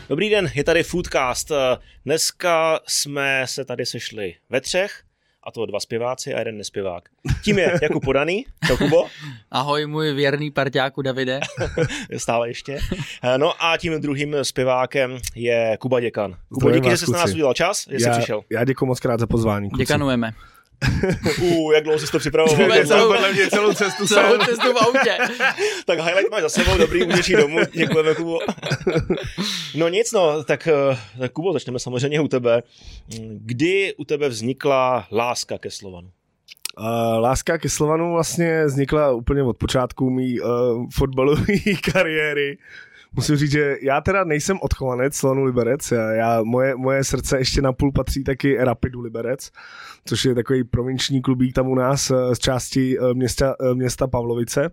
Dobrý den, je tady Foodcast. Dneska jsme se tady sešli ve třech, a to 2 zpěváci a 1 nespěvák. Tím je Jakub Podaný. Čau, Kubo. Ahoj, můj věrný parťáku Davide. Stále ještě. No a tím druhým zpěvákem je Kuba Děkan. Kubo, díky, že jsi na nás udělal čas, že jsi přišel. Já děkuji moc krát za pozvání. Kluci. Děkanujeme. Jak dlouho jsi to připravoval? Celou cestu v autě. Tak highlight máš za sebou, dobrý, můžeš jít domů. Děkujeme, Kubo. No nic, tak Kubo, začneme samozřejmě u tebe. Kdy u tebe vznikla láska ke Slovanu? Láska ke Slovanu vlastně vznikla úplně od počátku mý fotbalové kariéry. Musím říct, že já teda nejsem odchovanec Slovanu Liberec, moje srdce ještě napůl patří taky Rapidu Liberec, což je takový provinční klubík tam u nás z části města Pavlovice.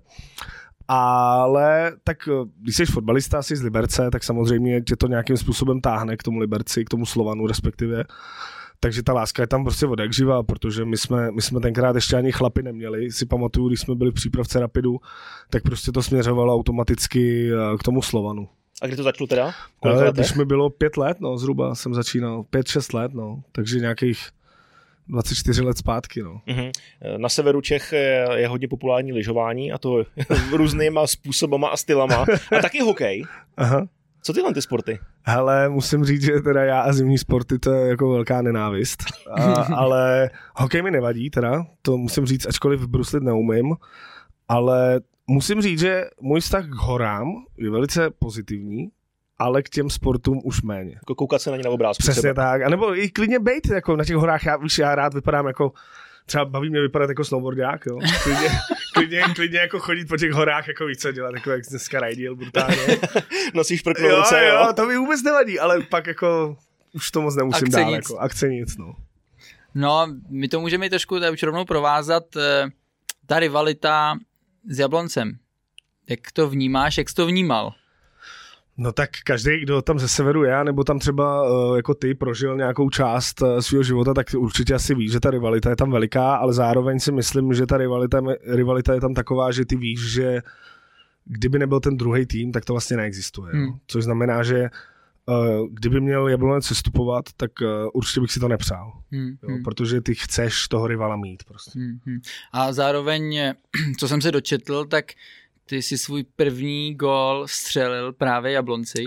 Ale tak když jsi fotbalista, jsi z Liberce, tak samozřejmě tě to nějakým způsobem táhne k tomu Liberci, k tomu Slovanu respektive. Takže ta láska je tam prostě od jak živa, protože my jsme tenkrát ještě ani chlapy neměli. Si pamatuju, když jsme byli v přípravce Rapidu, tak prostě to směřovalo automaticky k tomu Slovanu. A kdy to začalo teda? Když mi bylo 5 let, zhruba jsem začínal, 5-6 let, takže nějakých 24 let zpátky. Mm-hmm. Na severu Čech je hodně populární lyžování a to různýma způsobama a stylama. A taky hokej. Aha. Co tyhle ty sporty? Hele, musím říct, že teda já a zimní sporty to je jako velká nenávist, ale hokej mi nevadí teda, to musím říct, ačkoliv bruslit neumím, ale musím říct, že můj vztah k horám je velice pozitivní, ale k těm sportům už méně. Jako koukat se na ně na obrázku. Přesně třeba. Tak, a nebo i klidně bejt jako na těch horách, já rád vypadám jako, třeba baví mě vypadat jako snowboardák, jo. Klidně jako chodit po těch horách, jako víc co dělat, jako jak dneska rajdil brutálně. Nosíš prkno v ruce, jo, to mi vůbec nevadí, ale pak jako už to moc nemusím dál, jako akce nic, No, my to můžeme trošku už rovnou provázat, ta rivalita s Jabloncem. Jak to vnímáš, jak jsi to vnímal? No tak každý, kdo tam ze severu je, nebo tam třeba jako ty prožil nějakou část svého života, tak určitě asi ví, že ta rivalita je tam veliká, ale zároveň si myslím, že ta rivalita je tam taková, že ty víš, že kdyby nebyl ten druhý tým, tak to vlastně neexistuje. Což znamená, že kdyby měl Jablonec sestupovat, tak určitě bych si to nepřál. Protože ty chceš toho rivala mít prostě. A zároveň, co jsem se dočetl, tak ty jsi svůj první gól střelil právě Jablonci.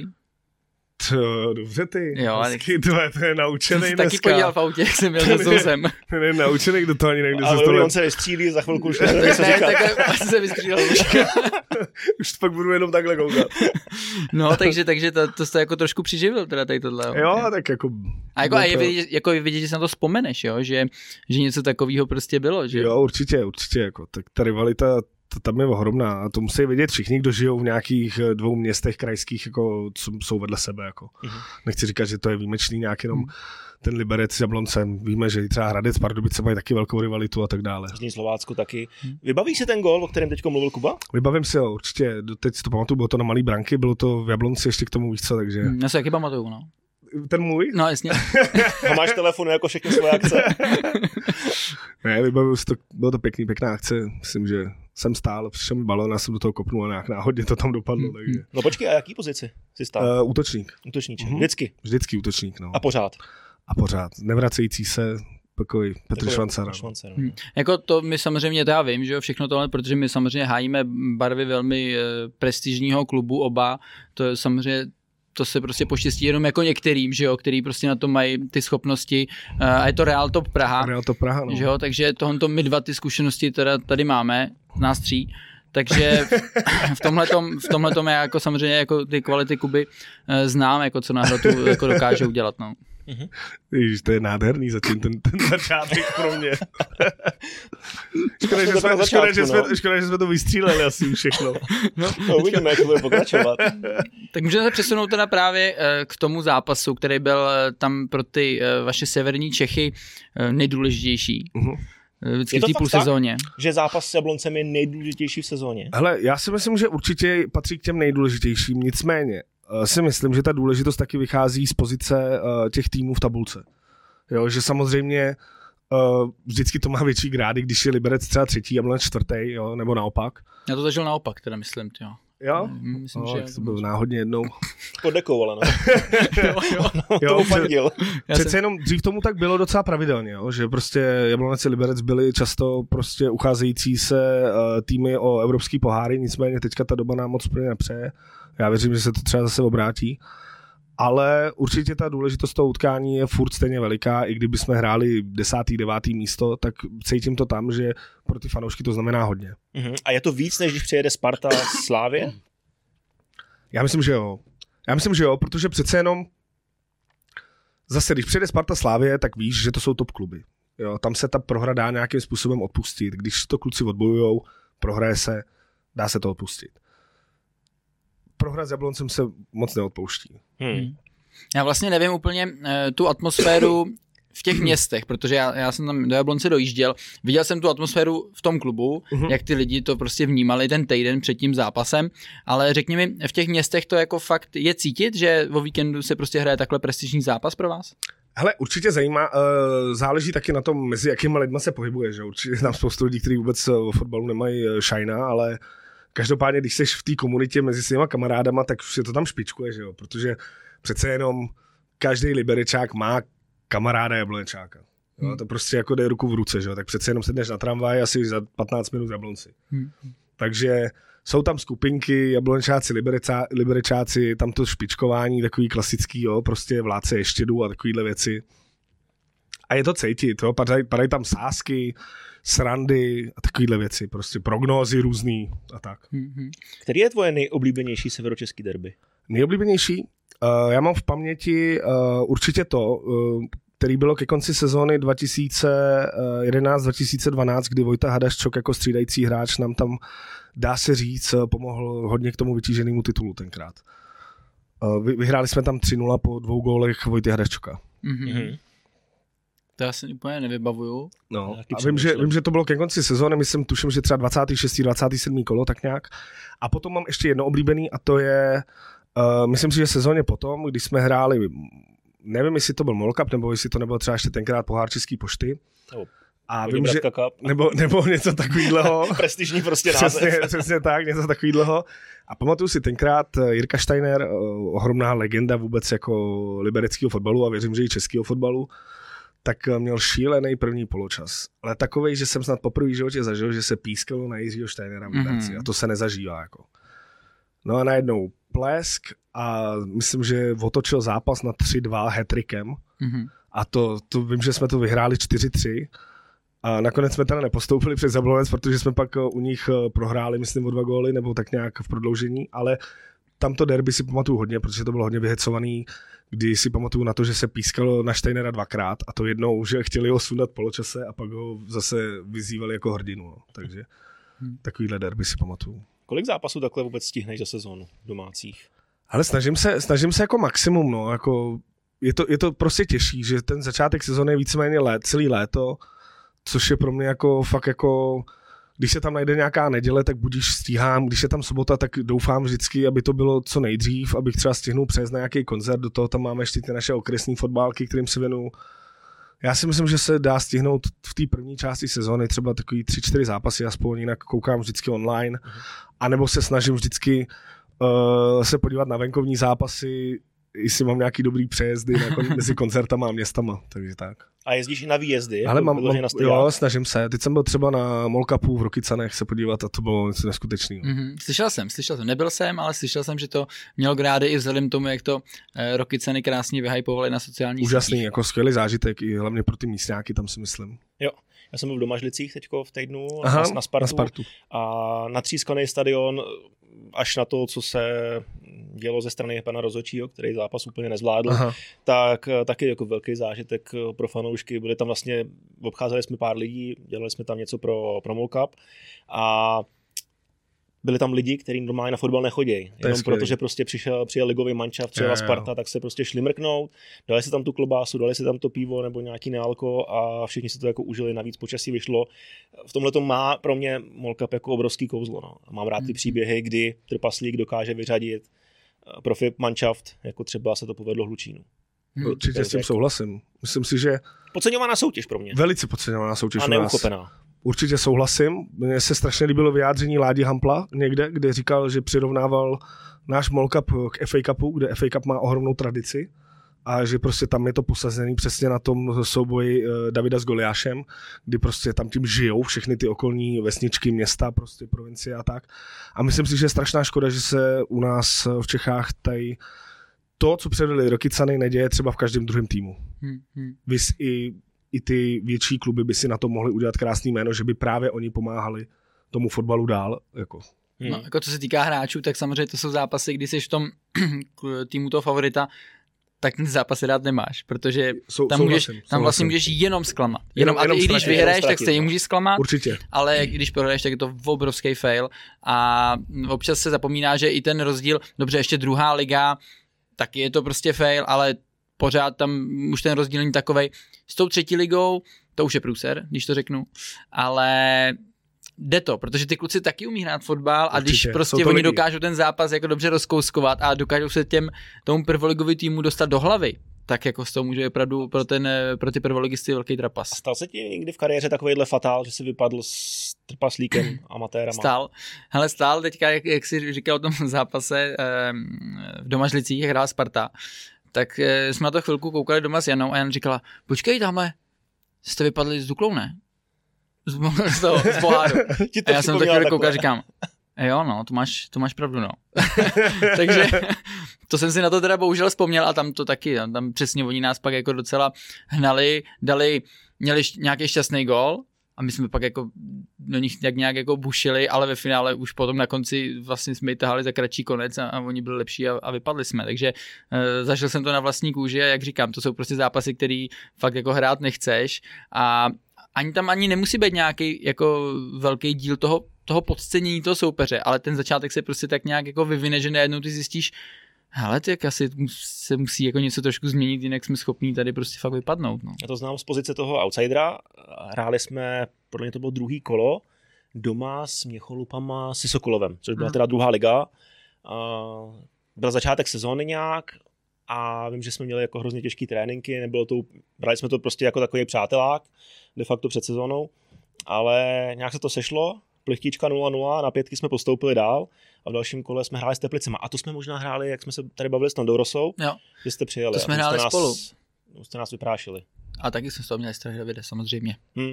Dobře ty. Jo, to je naučený dneska. Taky podíval v autě, jak jsem měl za souzem. Ten je naučený, kdo to ani nevím. Ale on se vystřílí, za chvilku už nevím, co říkat. Tak se vystřílel už pak budu jenom takhle koukat. No, takže to jste jako trošku přiživil teda tady tohle. Jo, tak jako... A je vidět, že se na to vzpomeneš, jo? Že něco takového prostě bylo, že? Jo, určitě, jako, tak ta rivalita tam je ohromná a to musí vědět všichni, kdo žijou v nějakých 2 městech krajských, jako, co jsou vedle sebe. Jako. Nechci říkat, že to je výjimečný nějak jenom ten Liberec s Jabloncem. Víme, že i třeba Hradec, Pardubice mají taky velkou rivalitu a tak dále. V Slovácku taky. Vybavíš si ten gól, o kterém teďko mluvil Kuba? Vybavím si ho, určitě. Teď si to pamatuju, bylo to na malý branky, bylo to v Jablonci ještě k tomu víc co, takže... Já se taky pamatuju, no. Ten můj? No, jasně. A máš telefonu jako všechny svoje akce? Ne, vybavuju si to, bylo to pěkná akce, myslím, že jsem stál, přišel mi balón, já jsem do toho kopnul a nějak náhodně to tam dopadlo. Takže. No počkej, a jaký pozici jsi stál? Útočník. Útočníček, vždycky? Vždycky útočník, no. A pořád? Nevracející se takový Petr Švancara. Jako to my samozřejmě, to já vím, že jo, všechno tohle, protože my samozřejmě hájíme barvy velmi prestižního klubu oba, to je samozřejmě to se prostě poštěstí jenom jako některým, že jo, který prostě na to mají ty schopnosti a je to Real Top Praha. Real Top Praha, no. Že jo, takže tohoto my 2 ty zkušenosti teda tady máme, nás 3. Takže v tomhletom já jako samozřejmě jako ty kvality Kuby znám, jako co na hrotu jako dokáže udělat, no. Ježiš, to je nádherný zatím ten začátek pro mě. Škoda, že jsme to vystříleli asi všechno. No uvidíme, jak to bude pokračovat. Tak můžeme se přesunout teda právě k tomu zápasu, který byl tam pro ty vaše severní Čechy nejdůležitější. Vždycky v té půlsezóně. Že zápas s Jabloncem je nejdůležitější v sezóně? Hele, já si myslím, že určitě patří k těm nejdůležitějším, nicméně si myslím, že ta důležitost taky vychází z pozice těch týmů v tabulce. Jo, že samozřejmě vždycky to má větší grády, když je Liberec třeba 3. Jablonec 4., jo, nebo naopak. Já to zažil naopak, teda myslím, jo. Jo? Myslím, No, že to bylo náhodně jednou. Pod dekou, ale no. Jo, To ufandil. Přece jenom dřív tomu tak bylo docela pravidelně, jo? Že prostě Jablonec a Liberec byli často prostě ucházející se týmy o evropský poháry, nicméně teďka ta doba nám moc úplně nepřeje. Já věřím, že se to třeba zase obrátí. Ale určitě ta důležitost toho utkání je furt stejně veliká, i kdyby jsme hráli 10., 9. místo, tak cítím to tam, že pro ty fanoušky to znamená hodně. A je to víc, než když přijede Sparta Slavie? Já myslím, že jo, protože přece jenom zase, když přijede Sparta Slavie, tak víš, že to jsou top kluby. Jo, tam se ta prohra dá nějakým způsobem odpustit. Když to kluci odbojujou, prohraje se, dá se to odpustit. Prohra s Jabloncem se moc neodpouští. Já vlastně nevím úplně tu atmosféru v těch městech, protože já jsem tam do Jablonce dojížděl, viděl jsem tu atmosféru v tom klubu, jak ty lidi to prostě vnímali ten týden před tím zápasem, ale řekni mi, v těch městech to jako fakt je cítit, že o víkendu se prostě hraje takhle prestižní zápas pro vás? Hele, určitě záleží taky na tom, mezi jakýma lidma se pohybuje, že určitě tam spoustu lidí, kteří vůbec o fotbalu nemají šajna, ale každopádně, když jsi v té komunitě mezi svýma kamarádama, tak už se to tam špičkuje, že jo, protože přece jenom každý Liberečák má kamaráda Jablonečáka. Jo, to prostě jako jde ruku v ruce, že jo, tak přece jenom sedneš na tramvaj asi za 15 minut v Jablonci. Takže jsou tam skupinky, Jablonečáci, Liberečáci, tam to špičkování, takový klasický, jo, prostě vládce ještědů a takovýhle věci. A je to cítit, jo, padají tam sázky, srandy a takovýhle věci, prostě prognózy různý a tak. Který je tvoje nejoblíbenější severočeský derby? Nejoblíbenější? Já mám v paměti určitě to, který bylo ke konci sezóny 2011-2012, kdy Vojta Hadaščok jako střídající hráč nám tam, dá se říct, pomohl hodně k tomu vytíženému titulu tenkrát. Vyhráli jsme tam 3-0 po 2 gólech Vojty Hadaščoka. To já si úplně nevybavuju. No, a vím, že to bylo ke konci sezóny, tuším, že třeba 26. 27. kolo, tak nějak. A potom mám ještě jedno oblíbený a to je, myslím si, že sezóně potom, když jsme hráli, nevím, jestli to byl Mall Cup, nebo jestli to nebyl třeba ještě tenkrát pohár České pošty. A vím, že, nebo něco takovýhleho. Prestižní prostě název. Přesně tak, něco takovýhleho. A pamatuju si tenkrát Jirka Steiner, ohromná legenda vůbec jako libereckého fotbalu a věřím, že i českého fotbalu, tak měl šílený první poločas. Ale takovej, že jsem snad poprvé v životě zažil, že se pískalo na Jiřího Steinera v Liberci. A to se nezažívá. Jako. No a najednou plesk a myslím, že otočil zápas na 3-2 hat-trickem. A to vím, že jsme to vyhráli 4-3. A nakonec jsme teda nepostoupili přes Jablonec, protože jsme pak u nich prohráli, myslím, o 2 góly, nebo tak nějak v prodloužení, ale tamto derby si pamatuju hodně, protože to bylo hodně vyhecovaný, kdy si pamatuju na to, že se pískalo na Steinera 2krát a to jednou, že chtěli ho sundat poločase a pak ho zase vyzývali jako hrdinu. No. Takže takovýhle derby si pamatuju. Kolik zápasů takhle vůbec stihneš za sezónu domácích? Ale snažím se jako maximum, no, jako je to prostě těžší, že ten začátek sezóny je víceméně celý léto, což je pro mě jako fakt jako, když se tam najde nějaká neděle, tak budíš stíhám, když je tam sobota, tak doufám vždycky, aby to bylo co nejdřív, abych třeba stihnul přes na nějaký koncert, do toho tam máme ještě ty naše okresní fotbálky, kterým se věnuju. Já si myslím, že se dá stihnout v té první části sezóny třeba takový 3-4 zápasy, aspoň jinak koukám vždycky online, anebo se snažím vždycky se podívat na venkovní zápasy, jestli mám nějaký dobrý přejezdy mezi koncertama a městama, takže tak. A jezdíš i na výjezdy? Ale jo, snažím se. Teď jsem byl třeba na Mall Cupu v Rokycanech se podívat a to bylo něco neskutečného. Slyšel jsem. Nebyl jsem, ale slyšel jsem, že to měl grády i vzhledem tomu, jak to Rokycany krásně vyhypovali na sociálních sítích. Úžasný, jako skvělý zážitek, i hlavně pro ty místňáky, tam si myslím. Jo. Já jsem byl v Domažlicích teďko v týdnu na Spartu. A natřískaný stadion až na to, co se dělo ze strany pana rozhodčího, který zápas úplně nezvládl, tak taky jako velký zážitek pro fanoušky. Byli tam vlastně, obcházeli jsme pár lidí, dělali jsme tam něco pro Mall Cup a byli tam lidi, kteří normálně na fotbal nechodí. Jenom proto, že prostě přijel ligový mančaft, třeba Sparta, tak se prostě šli mrknout, dali si tam tu klobásu, dali si tam to pivo nebo nějaký nealko a všichni si to jako užili, navíc počasí vyšlo. V tomhletom má pro mě Mall Cup jako obrovský kouzlo. No. Mám rád ty příběhy, kdy trpaslík dokáže vyřadit profi mančaft, jako třeba se to povedlo Hlučínu. Určitě s tím souhlasím. Myslím si, že podceňovaná soutěž pro mě. Velice podceňovaná soutěž. A neuchopená. Určitě souhlasím. Mně se strašně líbilo vyjádření Ládi Hampla někde, kde říkal, že přirovnával náš MOL Cup k FA Cupu, kde FA Cup má ohromnou tradici a že prostě tam je to posazený přesně na tom souboji Davida s Goliášem, kdy prostě tam tím žijou všechny ty okolní vesničky, města, prostě provincie a tak. A myslím si, že je strašná škoda, že se u nás v Čechách tady to, co předvedli Rokycany, neděje třeba v každém druhém týmu. Vys i ty větší kluby by si na to mohli udělat krásný jméno, že by právě oni pomáhali tomu fotbalu dál. Jako. No, jako co se týká hráčů, tak samozřejmě to jsou zápasy, kdy jsi v tom týmu toho favorita, tak ten zápas rád nemáš, protože tam vlastně můžeš jenom zklamat. Jenom i když vyhraješ, tak stejně můžeš zklamat. Určitě. Ale když prohraješ, tak je to obrovský fail a občas se zapomíná, že i ten rozdíl, dobře, ještě druhá liga, tak je to prostě fail, ale pořád tam už ten rozdíl není takovej. S tou třetí ligou, to už je průser, když to řeknu, ale jde to, protože ty kluci taky umí hrát fotbal a když prostě oni dokážou ten zápas jako dobře rozkouskovat a dokážou se tomu prvoligový týmu dostat do hlavy, tak jako z toho může opravdu pro ty prvoligisty velký trapas. Stal se ti někdy v kariéře takovýhle fatál, že jsi vypadl s trpaslíkem amatérama? Stál teďka, jak jsi říkal o tom zápase v Domažlicích, jak hrál Sparta, tak jsme na to chvilku koukali doma s Janou a Jan říkala, počkej, tamhle jste vypadli s Duklou, ne? Z poháru. A já jsem to chvíli koukal a říkám, jo, no, to máš pravdu, no. Takže to jsem si na to teda bohužel vzpomněl a tam to taky, tam přesně oni nás pak jako docela hnali, měli nějaký šťastný gól a my jsme pak jako do nich nějak jako bušili, ale ve finále už potom na konci vlastně jsme ji tahali za kratší konec a oni byli lepší a vypadli jsme, takže zažil jsem to na vlastní kůži a jak říkám, to jsou prostě zápasy, který fakt jako hrát nechceš a ani nemusí být nějaký jako velký díl toho podcenění toho soupeře, ale ten začátek se prostě tak nějak jako vyvine, že najednou ty zjistíš, hele, tak asi se musí jako něco trošku změnit, jinak jsme schopní tady prostě fakt vypadnout. No. Já to znám z pozice toho outsidera. Hráli jsme, podle mě to bylo druhý kolo, doma s Měcholupama, s Sokolovem, což byla teda druhá liga. Byl začátek sezóny nějak a vím, že jsme měli jako hrozně těžký tréninky, brali jsme to prostě jako takový přátelák, de facto před sezónou, ale nějak se to sešlo, plichtička 0-0, na 5 jsme postoupili dál a v dalším kole jsme hráli s Teplicema. A to jsme možná hráli, jak jsme se tady bavili s Tondou Rosou, že jste přijeli. To jsme hráli spolu. Jste nás vyprášili. A taky jsme z toho měli strach, Davide, samozřejmě.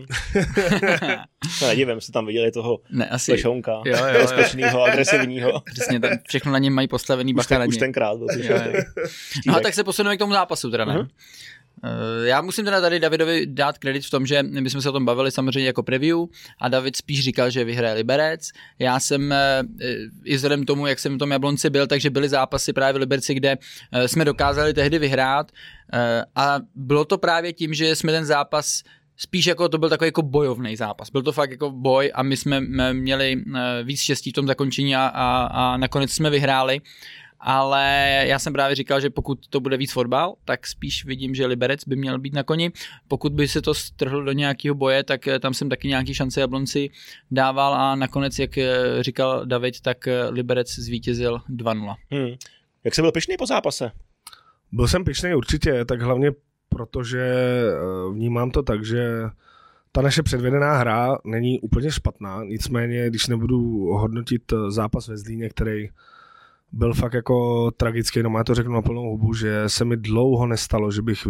Se nedivím, jste tam viděli toho Lešounka, bezpečnýho, agresivního. Přesně, tam všechno na něm mají postavený bacha na ně. Už tenkrát byl. No a tak se posuneme k tomu zápasu, teda ne? Já musím teda tady Davidovi dát kredit v tom, že my jsme se o tom bavili samozřejmě jako preview a David spíš říkal, že vyhraje Liberec. Já jsem i vzhledem tomu, jak jsem v tom Jablonci byl, takže byly zápasy právě v Liberci, kde jsme dokázali tehdy vyhrát a bylo to právě tím, že jsme ten zápas spíš jako to byl takový jako bojovný zápas. Byl to fakt jako boj a my jsme měli víc štěstí v tom zakončení a nakonec jsme vyhráli. Ale já jsem právě říkal, že pokud to bude víc fotbal, tak spíš vidím, že Liberec by měl být na koni. Pokud by se to strhlo do nějakého boje, tak tam jsem taky nějaký šance Jablonci dával a nakonec, jak říkal David, tak Liberec zvítězil 2-0. Jak jsi byl pyšný po zápase? Byl jsem pyšný určitě, tak hlavně protože vnímám to tak, že ta naše předvedená hra není úplně špatná, nicméně, když nebudu hodnotit zápas ve Zlíně, který byl fakt jako tragický, no já to řeknu na plnou hubu, že se mi dlouho nestalo, že bych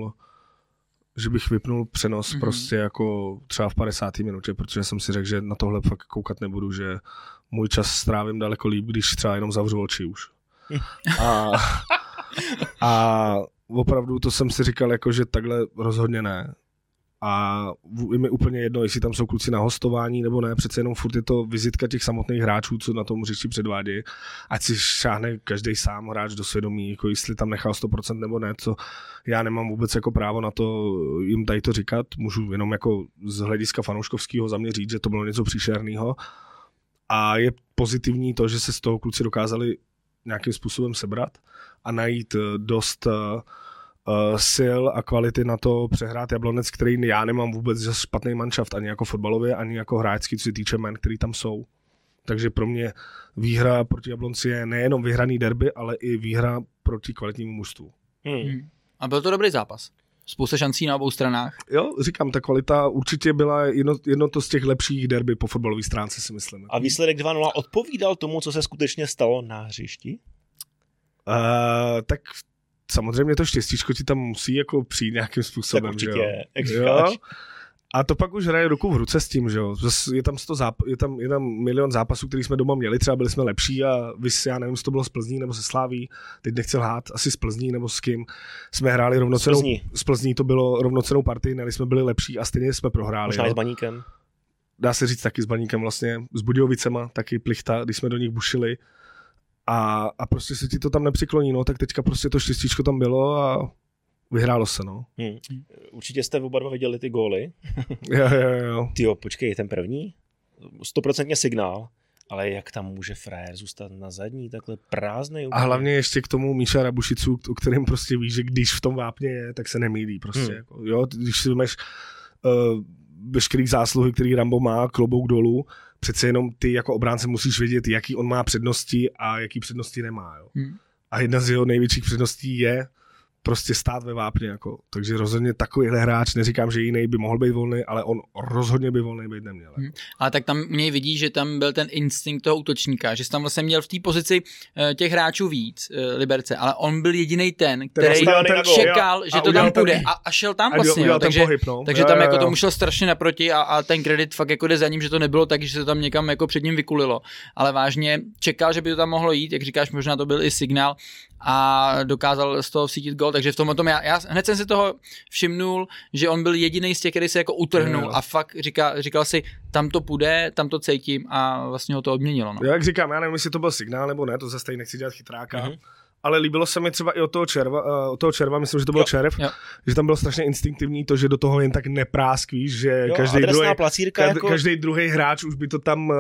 vypnul přenos prostě jako třeba v 50. minutě, protože jsem si řekl, že na tohle fakt koukat nebudu, že můj čas strávím daleko líp, když třeba jenom zavřu oči už. A opravdu to jsem si říkal, jako, že takhle rozhodně ne. A je mi úplně jedno, jestli tam jsou kluci na hostování nebo ne, přece jenom furt je to vizitka těch samotných hráčů, co na tom hřišti předvádějí. Ať si šáhne každý sám hráč do svědomí, jako jestli tam nechal 100% nebo ne, co já nemám vůbec jako právo na to jim tady to říkat. Můžu jenom jako z hlediska fanouškovského za mě říct, že to bylo něco příšerného. A je pozitivní to, že se z toho kluci dokázali nějakým způsobem sebrat a najít dost sil a kvality na to přehrát Jablonec, který já nemám vůbec špatný manšaft, ani jako fotbalově, ani jako hráčský, co se týče men, který tam jsou. Takže pro mě výhra proti Jablonci je nejenom vyhraný derby, ale i výhra proti kvalitnímu mužstvu. A byl to dobrý zápas. spousta šancí na obou stranách. Jo, říkám, ta kvalita určitě byla jedno to z těch lepších derby po fotbalové stránce, si myslím. A výsledek 2-0 odpovídal tomu, co se skutečně stalo na hřišti? Tak samozřejmě to štěstíčko ti tam musí jako přijít nějakým způsobem. Tak určitě, jo? jak říkáš. A to pak už hraje ruku v ruce s tím, že jo. Je tam milion zápasů, který jsme doma měli, třeba byli jsme lepší a já nevím, jestli to bylo z Plzní nebo se Slaví, teď nechci lhát, asi z Plzní nebo s kým. Jsme hráli rovnocennou, z Plzní to bylo rovnocennou partii, ne, jsme byli lepší a stejně jsme prohráli. Možná i s Baníkem. Dá se říct taky s Baníkem vlastně, s Budějovicema, taky Plichta, když jsme do nich bušili. A prostě se ti to tam nepřikloní, no, tak teďka prostě to štěstíčko tam bylo a vyhrálo se, no. Určitě jste oba dva viděli ty góly. Jo. Tyjo, počkej, ten první? 100% signál, ale jak tam může frajer zůstat na zadní, takhle prázdnej? A hlavně ještě k tomu Míša Rabušicu, o kterým prostě víš, že když v tom vápně je, tak se nemýlí prostě. Jako, jo, když si vemeš veškerý zásluhy, který Rambo má, klobouk dolů, přece jenom ty jako obránce musíš vědět, jaký on má přednosti a jaký přednosti nemá. Jo. A jedna z jeho největších předností je prostě stát ve vápně. Jako. Takže rozhodně takovýhle hráč, neříkám, že jiný by mohl být volný, ale on rozhodně by volný být neměl. Jako. Ale tak tam u něj vidí, že tam byl ten instinkt toho útočníka, že jsi tam vlastně měl v té pozici těch hráčů víc, Liberce, ale on byl jediný ten, který čekal, že to tam půjde a šel tam vlastně. Takže tam jako tomu šel strašně naproti a ten kredit fakt jako jde za ním, že to nebylo tak, že se to tam někam jako před ním vykulilo. Ale vážně čekal, že by to tam mohlo jít, jak říkáš, možná to byl i signál a dokázal z toho vsítit gol, takže v tom já hned jsem si toho všimnul, že on byl jediný z těch, který se jako utrhnul a fakt říkal si, tam to půjde, tam to cítím a vlastně ho to odměnilo. No. Jak říkám, já nevím, jestli to byl signál nebo ne, to zase tady nechci dělat chytráka, ale líbilo se mi třeba i od toho červa, myslím, že to byl červ, že tam bylo strašně instinktivní to, že do toho jen tak nepráskvíš, že každý druhý hráč už by to tam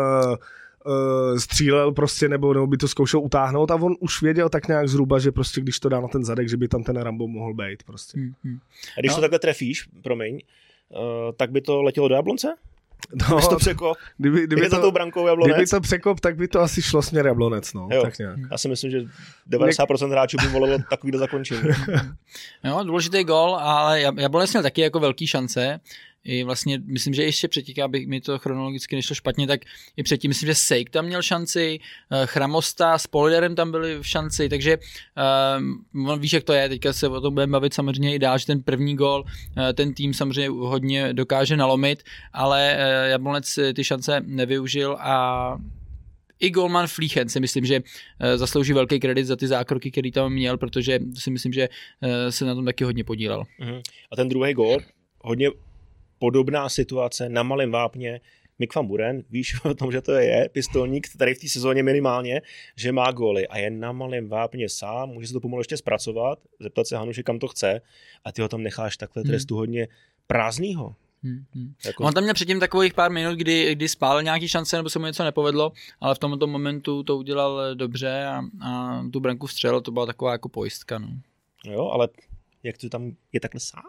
střílel prostě nebo by to zkoušel utáhnout a on už věděl tak nějak zhruba, že prostě když to dá na ten zadek, že by tam ten Rambo mohl být prostě. A když to takhle trefíš, promiň, tak by to letělo do Jablonce? No, to překop. Kdyby za tou brankou Jablonec? Kdyby to překop, tak by to asi šlo směr Jablonec, no. Tak nějak. Já si myslím, že 90% hráčů by volilo takovýhle zakončení. Jo, důležitý gól, ale Jablonec měl taky jako velký šance. I vlastně myslím, že ještě předtím, aby mi to chronologicky nešlo špatně, tak i předtím myslím, že Sejk tam měl šanci, Chramosta s Poliderem tam byli v šanci, takže víš, jak to je, teďka se o tom budeme bavit samozřejmě i dál, že ten první gól ten tým samozřejmě hodně dokáže nalomit, ale Jablonec ty šance nevyužil a i golman Flíchen si myslím, že zaslouží velký kredit za ty zákroky, který tam měl, protože si myslím, že se na tom taky hodně podílel. A ten druhý gól, hodně podobná situace na malém vápně. Mick van Buren, víš o tom, že to je pistolník, který v té sezóně minimálně, že má góly a je na malém vápně sám, může se to pomalu ještě zpracovat, zeptat se Hanuše, kam to chce a ty ho tam necháš takhle trestu hodně prázdnýho. Jako... On tam měl předtím takových pár minut, kdy spálil nějaký šance, nebo se mu něco nepovedlo, ale v tomto momentu to udělal dobře a tu branku vstřelil, to byla taková jako pojistka. No. Jo, ale jak to tam je takhle sám?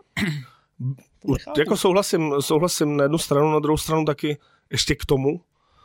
Jako souhlasím na jednu stranu, na druhou stranu taky ještě k tomu.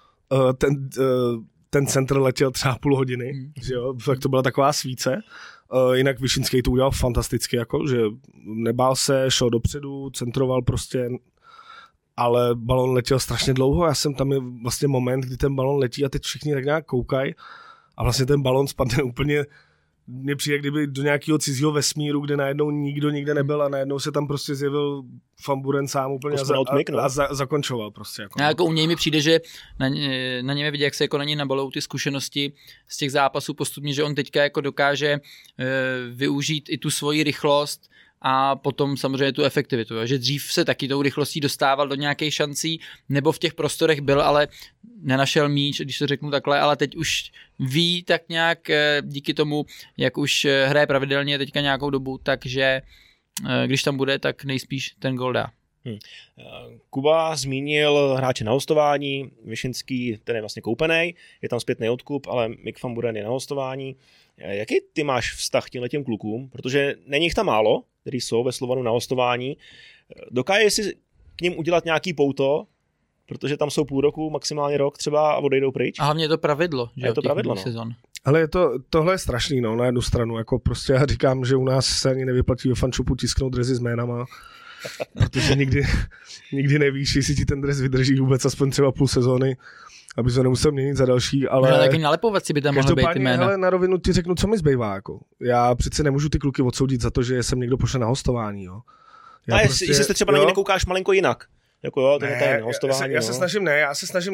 Ten centr letěl třeba půl hodiny, že jo? Tak to byla taková svíce. Jinak Vyšinský to udělal fantasticky, jako, že nebál se, šel dopředu, centroval prostě, ale balon letěl strašně dlouho. Já jsem tam je vlastně moment, kdy ten balon letí a teď všichni tak nějak koukají a vlastně ten balon spadne úplně. Mně přijde, kdyby do nějakého cizího vesmíru, kde najednou nikdo nikde nebyl a najednou se tam prostě zjevil Van Buren sám úplně a zakončoval prostě. Jako. A jako u něj mi přijde, že na něm vidí, jak se jako na něj nabalou ty zkušenosti z těch zápasů postupně, že on teďka jako dokáže využít i tu svoji rychlost a potom samozřejmě tu efektivitu. Že dřív se taky tou rychlostí dostával do nějakých šancí, nebo v těch prostorech byl, ale nenašel míč, když to řeknu takhle, ale teď už ví tak nějak díky tomu, jak už hraje pravidelně teďka nějakou dobu, takže když tam bude, tak nejspíš ten gól dá. Kuba zmínil hráče na hostování, Vyšinský, ten je vlastně koupený, je tam zpětný odkup, ale Mick van Buren je na hostování. Jaký ty máš vztah k těmhletěm klukům? Protože není jich tam málo, který jsou ve Slovanu na hostování. Dokáže si k ním udělat nějaký pouto, protože tam jsou půl roku, maximálně rok třeba a odejdou pryč? A hlavně je to pravidlo. Že je to pravidlo, no. Sezon. Ale tohle je strašný, no, na jednu stranu, jako prostě já říkám, že u nás se ani nevyplatí ve fanshopu tisknout dresy s jménama, protože nikdy nevíš, jestli ti ten dres vydrží vůbec aspoň třeba půl sezóny, aby se nemusel měnit za další, ale... taky nalepovací by tam mohlo být ty jména. Ale na rovinu ti řeknu, co mi zbývá, jako. Já přece nemůžu ty kluky odsoudit za to, že jsem někdo pošle na hostování, jo. A jestli se třeba na ně nekoukáš malinko jinak. Jako jo, ten hostování. Já se snažím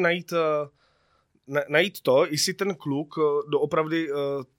najít to, jestli ten kluk doopravdy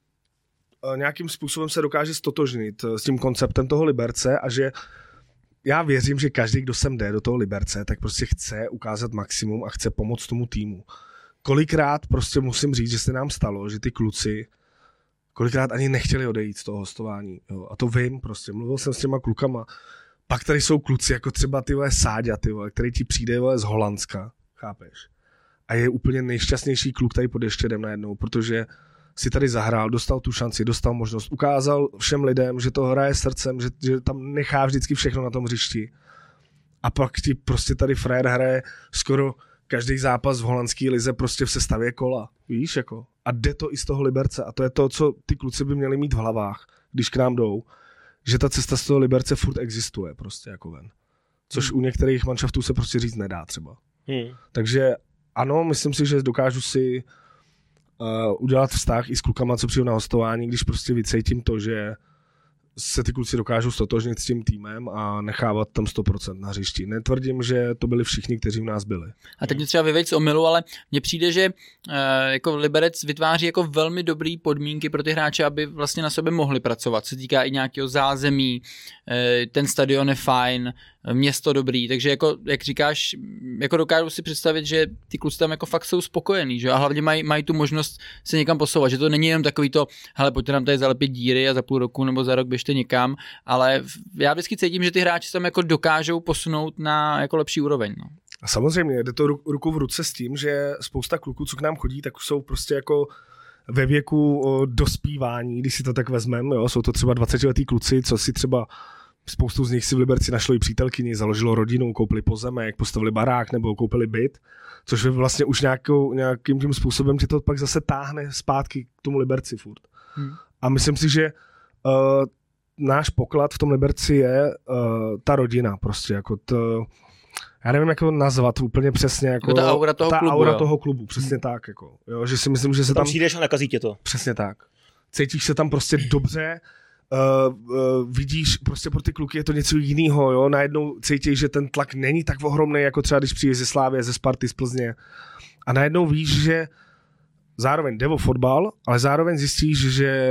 nějakým způsobem se dokáže stotožnit s tím konceptem toho Liberce a že já věřím, že každý, kdo sem jde do toho Liberce, tak prostě chce ukázat maximum a chce pomoct tomu týmu. Kolikrát prostě musím říct, že se nám stalo, že ty kluci kolikrát ani nechtěli odejít z toho hostování. Jo. A to vím prostě, mluvil jsem s těma klukama. Pak tady jsou kluci, jako třeba ty vole Sáďa, ty vole, který ti přijde vole z Holandska, chápeš? A je úplně nejšťastnější kluk tady pod Ještědem najednou, protože si tady zahrál, dostal tu šanci, dostal možnost, ukázal všem lidem, že to hraje srdcem, že tam nechá vždycky všechno na tom hřišti. A pak ti prostě tady frajer hraje skoro každý zápas v holandské lize prostě v sestavě kola, víš, jako. A jde to i z toho Liberce a to je to, co ty kluci by měli mít v hlavách, když k nám jdou, že ta cesta z toho Liberce furt existuje prostě jako ven. Což u některých manšaftů se prostě říct nedá třeba. Takže ano, myslím si, že dokážu si udělat vztah i s klukama, co přijdu na hostování, když prostě vycítím to, že se ty kluci dokážou stotožnit s tím týmem a nechávat tam 100% na hřišti. Netvrdím, že to byli všichni, kteří u nás byli. A teď mě třeba vyveď z omylu, ale mně přijde, že jako Liberec vytváří jako velmi dobrý podmínky pro ty hráče, aby vlastně na sebe mohli pracovat. Se týká i nějakého zázemí, ten stadion je fajn, město dobrý, takže jako, jak říkáš, jako dokážu si představit, že ty kluci tam jako fakt jsou spokojení, že? A hlavně mají tu možnost se někam posouvat, že to není jenom takový to, hele, pojďte nám tady zalepit díry a za půl roku nebo za rok běžte někam, ale já vždycky cítím, že ty hráči tam jako dokážou posunout na jako lepší úroveň. No. A samozřejmě jde to ruku v ruce s tím, že spousta kluků, co k nám chodí, tak už jsou prostě jako ve věku dospívání, když si to tak vezmeme, jo, jsou to třeba 20letí kluci, co si třeba spoustu z nich si v Liberci našlo i přítelkyni, založilo rodinu, koupili pozemek, postavili barák nebo koupili byt, což je vlastně už nějakým tím způsobem tě to pak zase táhne zpátky k tomu Liberci furt. A myslím si, že náš poklad v tom Liberci je ta rodina prostě, jako to, já nevím, jak to nazvat úplně přesně, jako ta aura toho klubu, přesně tak, jako, jo, že si myslím, že se tam přijdeš a nakazí tě to. Přesně tak. Cítíš se tam prostě dobře, vidíš, prostě pro ty kluky je to něco jiného, jo, najednou cítíš, že ten tlak není tak ohromný, jako třeba když přijdeš ze Slávie, ze Sparty, z Plzně a najednou víš, že zároveň jde o fotbal, ale zároveň zjistíš, že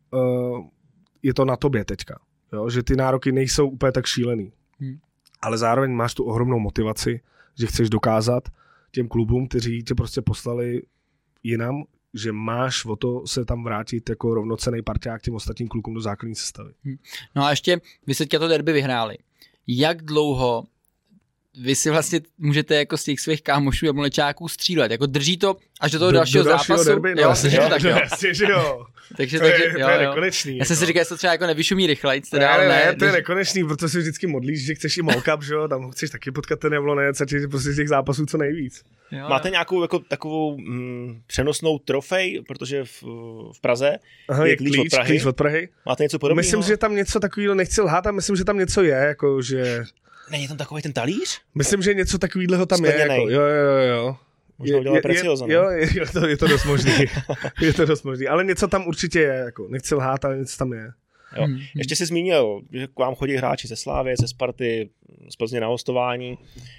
je to na tobě teďka, jo, že ty nároky nejsou úplně tak šílený, ale zároveň máš tu ohromnou motivaci, že chceš dokázat těm klubům, kteří tě prostě poslali jinam, že máš o to se tam vrátit jako rovnocenný parťák těm ostatním klukům do základní sestavy. No a ještě vy se to derby vyhráli. Jak dlouho vy si vlastně můžete jako z těch svých kámošů a mlečáků střílet? Jako drží to až do toho dalšího zápasu? Derby, no, jo, jasně, že jo. Takže to je nekonečný. Já jsem si říkal, že to třeba jako nevyšumí rychleji. Ne, to je nekonečný, protože si vždycky modlíš, že chceš i molkap, že jo, tam chceš taky potkat ten Jablonec a prostě z těch zápasů co nejvíc. Jo, máte nějakou jako takovou přenosnou trofej, protože v Praze je klíč od Prahy. Máte něco podobného? Myslím, že tam něco takového, nechci lhát, a myslím, že tam něco je, jako že... Není tam takový ten talíř? Myslím, že něco takového tam je, jako, jo. Možná udělat Preciosa, jo, je to dost možný. Je to dost možný, ale něco tam určitě je, jako, nechci lhát, ale něco tam je. Jo. Ještě jsi zmínil, že k vám chodí hráči ze Slávie, ze Sparty, z Plzně na hostování.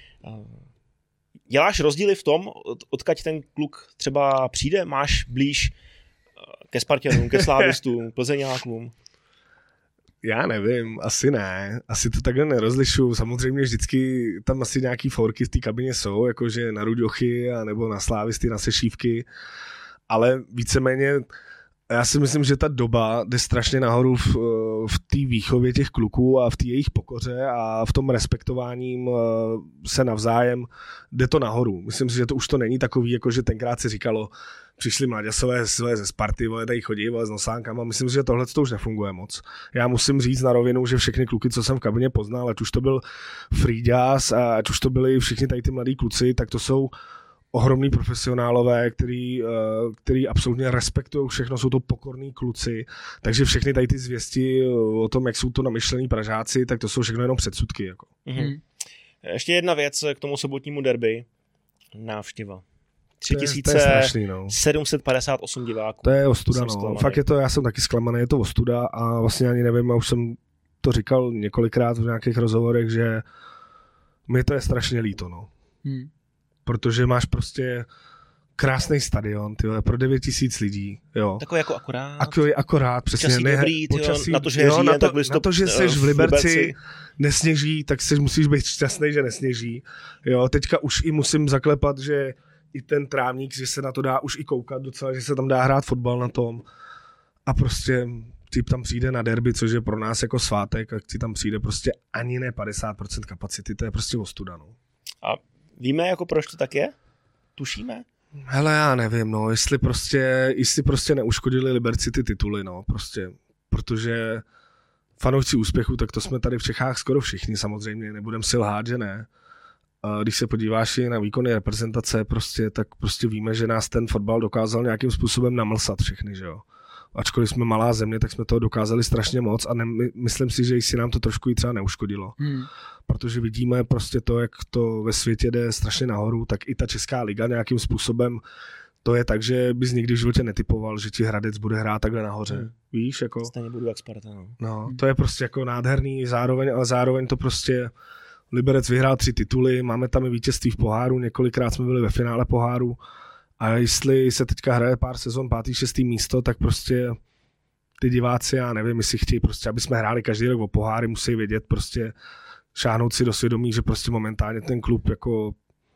Děláš rozdíly v tom, odkud ten kluk třeba přijde? Máš blíž ke Spartanům, ke Slávistům, Plzeňákům? Já nevím, asi ne. Asi to takhle nerozlišuju. Samozřejmě vždycky tam asi nějaký forky v té kabině jsou, jakože na Ruďochy nebo na Slávisty, na Sešívky, ale víceméně já si myslím, že ta doba jde strašně nahoru v té výchově těch kluků a v té jejich pokoře a v tom respektováním se navzájem jde to nahoru. Myslím si, že to už to není takový, jako že tenkrát se říkalo, přišli mladěsové ze Sparty, tady chodí s nosánkama. Myslím si, že tohle to už nefunguje moc. Já musím říct na rovinu, že všechny kluky, co jsem v kabině poznal, ať už to byl Frýďas a ať už to byli všichni tady ty mladí kluci, tak to jsou ohromný profesionálové, který absolutně respektují všechno, jsou to pokorní kluci, takže všechny tady ty zvěsti o tom, jak jsou to namyšlení Pražáci, tak to jsou všechno jenom předsudky. Jako. Mm-hmm. Ještě jedna věc k tomu sobotnímu derby. Návštěva. 3758 diváků. To je ostuda, no. Fakt je to, já jsem taky zklamaný, je to ostuda a vlastně ani nevím, já už jsem to říkal několikrát v nějakých rozhovorech, že mi to je strašně líto, no. Protože máš prostě krásný stadion, tyhle, pro 9000 lidí, jo. Takový jako akorát. Akorát, přesně. Počasí dobrý, počasí, na to, že říjen, na to, že seš v Liberci, nesněží, tak musíš být šťastný, že nesněží. Jo, teďka už i musím zaklepat, že i ten trávník, že se na to dá už i koukat docela, že se tam dá hrát fotbal na tom. A prostě typ tam přijde na derby, což je pro nás jako svátek, a ti tam přijde prostě ani ne 50% kapacity, to je prostě ostuda, no. A víme, jako proč to tak je? Tušíme? Hele, já nevím, no, jestli prostě neuškodili Liberci ty tituly, no, prostě, protože fanoušci úspěchu, tak to jsme tady v Čechách skoro všichni, samozřejmě, nebudem si lhát, že ne. A když se podíváš i na výkony reprezentace, prostě, tak prostě víme, že nás ten fotbal dokázal nějakým způsobem namlsat všechny, že jo. Ačkoliv jsme malá země, tak jsme toho dokázali strašně moc a myslím si, že si nám to trošku i třeba neuškodilo. Protože vidíme prostě to, jak to ve světě jde strašně nahoru, tak i ta Česká liga nějakým způsobem to je tak, že bys nikdy v životě netypoval, že ti Hradec bude hrát takhle nahoře. Víš, jako. Stejně budu jak Sparta, no. No, to je prostě jako nádherný ale zároveň to prostě Liberec vyhrál 3 tituly, máme tam i vítězství v poháru, několikrát jsme byli ve finále poháru. A jestli se teďka hraje pár sezon 5., 6. místo, tak prostě ty diváci, já nevím, jestli chtějí prostě, aby jsme hráli každý rok o poháry, musí vědět prostě, šáhnout si do svědomí, že prostě momentálně ten klub jako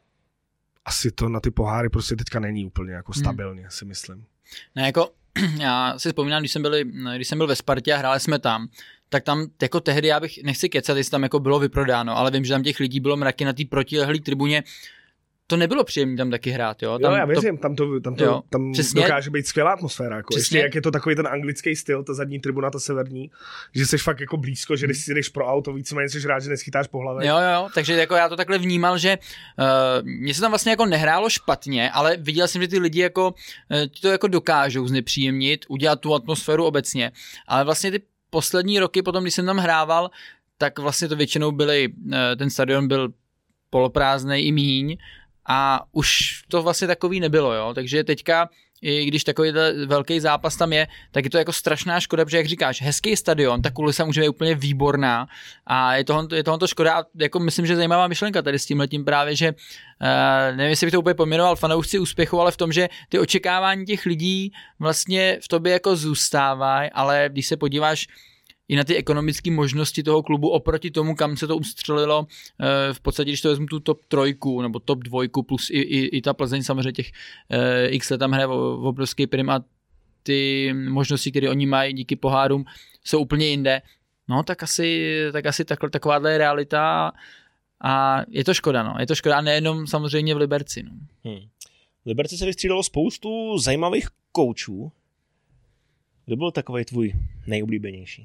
asi to na ty poháry prostě teďka není úplně jako stabilně, si myslím. Ne, jako já si vzpomínám, když jsem byl ve Spartě a hráli jsme tam, tak tam jako tehdy, já bych, nechci kecat, jestli tam jako bylo vyprodáno, ale vím, že tam těch lidí bylo mraky na té protilehlé tribuně. To nebylo příjemné tam taky hrát, jo? Tam, já věřím, tam dokáže být skvělá atmosféra. Jako. Ještě jak je to takový ten anglický styl, ta zadní tribuna, ta severní, že jsi fakt jako blízko, že když si jdeš pro auto, víceméně jsi rád, že neschytáš po hlavě. Jo, takže jako já to takhle vnímal, že mě se tam vlastně jako nehrálo špatně, ale viděl jsem, že ty lidi jako to jako dokážou znepříjemnit, udělat tu atmosféru obecně. Ale vlastně ty poslední roky potom, když jsem tam hrával, tak vlastně to většinou ten stadion byl poloprázdnej i míň, a už to vlastně takový nebylo, jo, takže teďka, i když takový velký zápas tam je, tak je to jako strašná škoda, protože jak říkáš, hezký stadion, ta kulisa může být úplně výborná a je tohle škoda a jako myslím, že zajímavá myšlenka tady s tímhletím právě, že nevím, jestli bych to úplně pojmenoval fanoušci úspěchu, ale v tom, že ty očekávání těch lidí vlastně v tobě jako zůstávají, ale když se podíváš i na ty ekonomické možnosti toho klubu oproti tomu, kam se to ustřelilo, v podstatě, když to vezmu tu top 3 nebo top 2 plus i ta Plzeň, samozřejmě těch x let tam hraje v obrovský prim a ty možnosti, které oni mají díky pohárům, jsou úplně jinde. No tak asi takováhle je realita a je to škoda, no. Je to škoda a nejenom samozřejmě v Liberci. No. V Liberci se vystřídalo spoustu zajímavých koučů. Kdo byl takovej tvůj nejoblíbenější?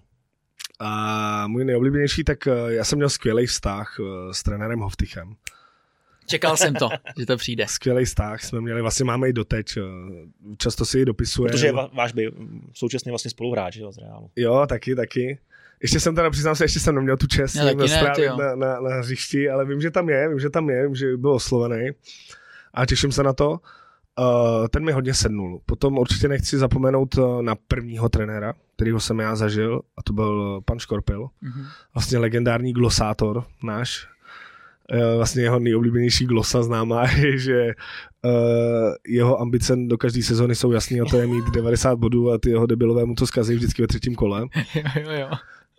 A můj nejoblíbenější, tak já jsem měl skvělý vztah s trenérem Hoftychem. Čekal jsem to, že to přijde. Skvělý vztah jsme měli, vlastně máme i doteď, často si ji dopisuje. Protože váš současně vlastně spoluhráč, jo, z Reálu. Jo, taky. Ještě jsem teda, přiznám se, ještě jsem neměl tu čest na hřišti, ale vím, že tam je, vím, že byl oslovený a těším se na to. Ten mi hodně sednul. Potom určitě nechci zapomenout na prvního trenéra, kterýho jsem já zažil, a to byl pan Škorpil. Vlastně legendární glosátor náš. Vlastně jeho nejoblíbenější glosa známá je, že jeho ambice do každé sezony jsou jasný, a to je mít 90 bodů a ty jeho debilové mu to zkazí vždycky ve 3. kole. Jo.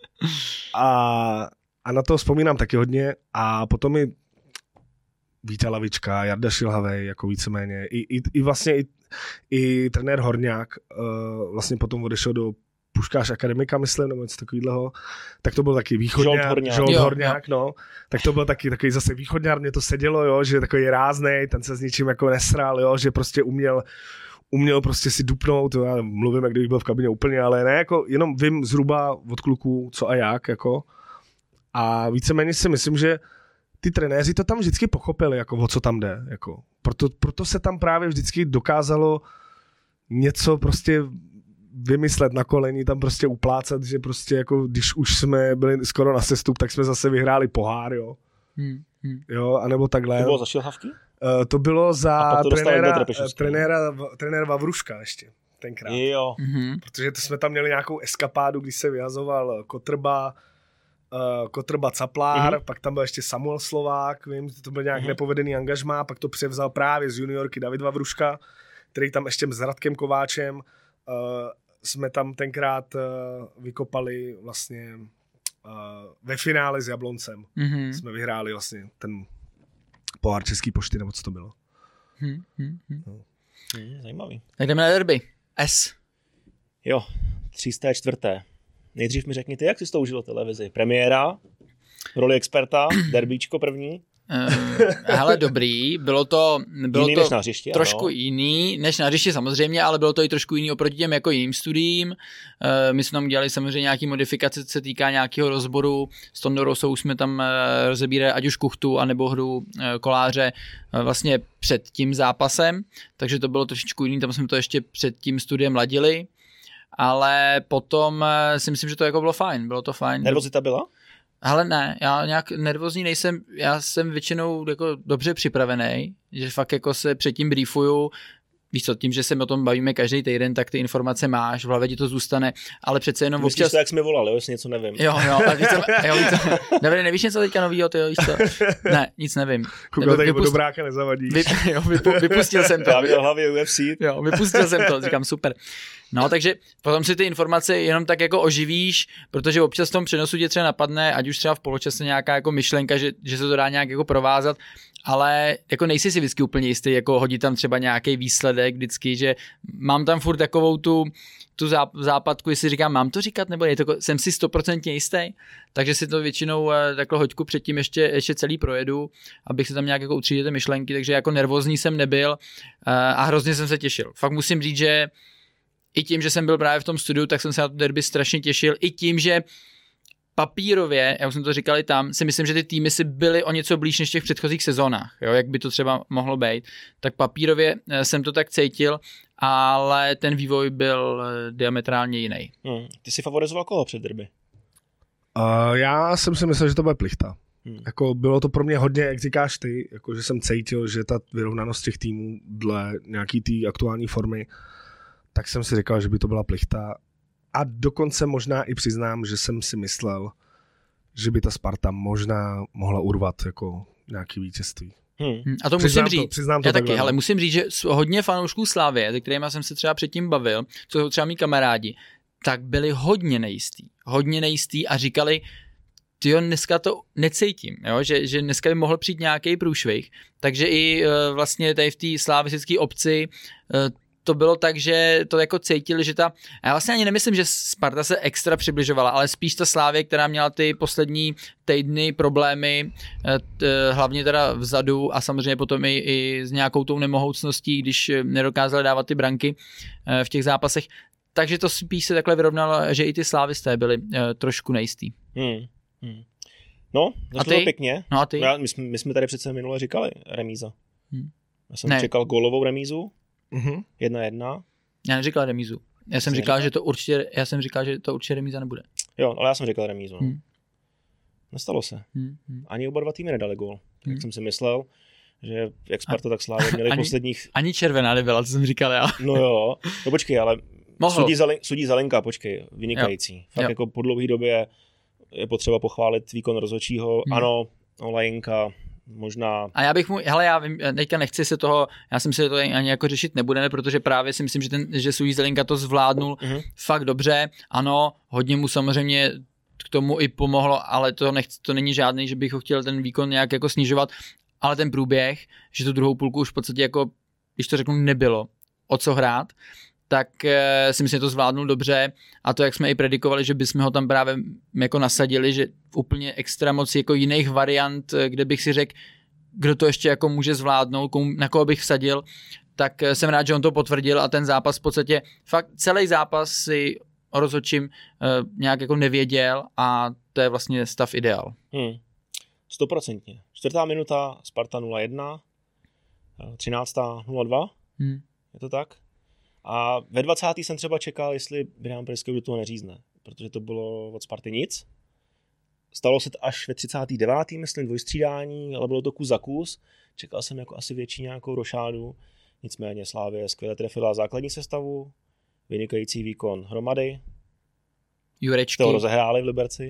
A na to vzpomínám taky hodně a potom i Víta Lavička, Jarda Šilhavej, jako víceméně. I vlastně i trenér Horňák vlastně potom odešel do Puškář akademika, myslím, nebo něco takového, tak to byl taky východňár, Žolt Horňák, no. Tak to byl taky takový zase východňár, mě to sedělo, jo, že takový ráznej, ten se s ničím jako nesral, jo, že prostě uměl prostě si dupnout, jo, já mluvím, jak kdybych byl v kabině úplně, ale ne, jako jenom vím zhruba od kluků, co a jak, jako. A víceméně si myslím, že ty trenéři to tam vždycky pochopili, jako o co tam jde, jako. Proto se tam právě vždycky dokázalo něco prostě vymyslet na koleni, tam prostě uplácat, že prostě jako když už jsme byli skoro na sestup, tak jsme zase vyhráli pohár, jo. Jo, anebo takhle. To bylo za Šilhavky? To bylo za trenéra Vavruška ještě tenkrát. Jo. Protože to jsme tam měli nějakou eskapádu, když se vyhazoval Kotrba Caplár, pak tam byl ještě Samuel Slovák, vím, to byl nějak nepovedený angažmá, pak to převzal právě z juniorky David Vavruška, který tam ještě s Radkem Kováčem jsme tam tenkrát vykopali vlastně ve finále s Jabloncem. Jsme vyhráli vlastně ten pohár Český pošty, nebo co to bylo. Zajímavý. Tak jdeme na derby. S. Jo, 304. Nejdřív mi řekni ty, jak jsi to užil televizi. Premiéra, roli experta, derbíčko první. Hele, dobrý, bylo to než na hřišti, trošku jiný, než na hřišti samozřejmě, ale bylo to i trošku jiný oproti těm jako jiným studiím. My jsme tam dělali samozřejmě nějaký modifikace, co se týká nějakého rozboru. S Tondou Rosou jsme tam rozebírali ať už Kuchtu, anebo hru Koláře vlastně před tím zápasem, takže to bylo trošičku jiný, tam jsme to ještě před tím studiem ladili, ale potom si myslím, že to jako bylo fajn, bylo to fajn. Nervozita byla? Ale ne, já nějak nervózní nejsem, já jsem většinou jako dobře připravený, že fakt jako se předtím briefuju, víš co, tím, že se o tom bavíme každý týden, tak ty informace máš, v hlavě ti to zůstane, ale přece jenom občas... Myslíš to, jak jsi mi volal, jo, jestli něco nevím. Jo, ale víš co, nevíš něco teďka novýho, ty jo, víš co? Ne, nic nevím. Koukal tady Dobráka nezavadíš. Vypustil jsem to. Já měl hlavě UFC. Jo, vypustil jsem to, říkám super. No, takže potom si ty informace jenom tak jako oživíš, protože občas v tom přenosu tě třeba napadne, ať už třeba v poločase nějaká jako myšlenka, že se to dá nějak jako provázat, ale jako nejsi si vždycky úplně jistý, jako hodit tam třeba nějaký výsledek vždycky, že mám tam furt takovou tu západku, jestli říkám, mám to říkat, nebo je to, jsem si 100% jistý, takže si to většinou takhle hoďku předtím ještě celý projedu, abych si tam nějak jako utřídil ty myšlenky, takže jako nervózní jsem nebyl a hrozně jsem se těšil. Fakt musím říct, že i tím, že jsem byl právě v tom studiu, tak jsem se na to derby strašně těšil. I tím, že papírově, já už jsem to říkal i tam, si myslím, že ty týmy si byly o něco blíž než v těch předchozích sezónách, jo, jak by to třeba mohlo být. Tak papírově jsem to tak cítil, ale ten vývoj byl diametrálně jiný. Ty jsi favorizoval koho před derby? Já jsem si myslel, že to bude Plichta. Jako bylo to pro mě hodně, jak říkáš ty, jako že jsem cítil, že ta vyrovnanost těch týmů dle nějaký té aktuální formy, tak jsem si říkal, že by to byla Plichta. A dokonce možná i přiznám, že jsem si myslel, že by ta Sparta možná mohla urvat jako nějaký vítězství. A to musím říct, přiznám to já taky, ale musím říct, že hodně fanoušků Slavie, se kterými jsem se třeba předtím bavil, co jsou třeba mý kamarádi, tak byli hodně nejistý a říkali, tyjo, dneska to necítím, jo? Že dneska by mohl přijít nějaký průšvih, takže i vlastně tady v té slavistické obci to bylo tak, že to jako cítili, že já vlastně ani nemyslím, že Sparta se extra přibližovala, ale spíš ta Slavie, která měla ty poslední týdny problémy, hlavně teda vzadu a samozřejmě potom i s nějakou tou nemohoucností, když nedokázali dávat ty branky v těch zápasech. Takže to spíš se takhle vyrovnalo, že i ty slávisté byli trošku nejistý. No, začalo pěkně. No a ty? My jsme tady přece minule říkali remíza. Já jsem čekal gólovou remízu. 1-1. Já neříkal remízu. Já jsem říkal, že to určitě remíza nebude. Jo, ale já jsem říkal remízu. Nestalo se. Ani oba dva týmy nedali gól. Jak jsem si myslel, že jak Sparta, tak Slavia měli posledních... Ani červená nebyla, co jsem říkal já. No jo, no počkej, ale sudí Zelenka, počkej, vynikající. Jo. Fakt jako po dlouhé době je potřeba pochválit výkon rozhodčího. Ano, Olajinka možná... A já bych já vím, teďka nechci se toho, já si myslím, že to ani jako řešit nebudeme, protože právě si myslím, že Sudí Zelenka to zvládnul fakt dobře. Ano, hodně mu samozřejmě k tomu i pomohlo, ale to není žádný, že bych ho chtěl ten výkon nějak jako snižovat, ale ten průběh, že tu druhou půlku už v podstatě jako, když to řeknu, nebylo o co hrát, tak si myslím, že to zvládnul dobře a to, jak jsme i predikovali, že bychom ho tam právě jako nasadili, že úplně extra moc jako jiných variant, kde bych si řekl, kdo to ještě jako může zvládnout, na koho bych vsadil, tak jsem rád, že on to potvrdil a ten zápas v podstatě, fakt celý zápas si o rozhodčím nějak jako nevěděl a to je vlastně stav ideál. 100%. 4. minuta, Sparta 0-1. 13:02, je to tak? A ve 20. jsem třeba čekal, jestli Brian Priske do toho neřízne, protože to bylo od Sparty nic. Stalo se to až ve 39. myslím dvojstřídání, ale bylo to kus za kus. Čekal jsem jako asi větší nějakou rošádu. Nicméně Slavie skvěle trefila základní sestavu, vynikající výkon Hromady. Jurečky. Toho rozehráli v Liberci.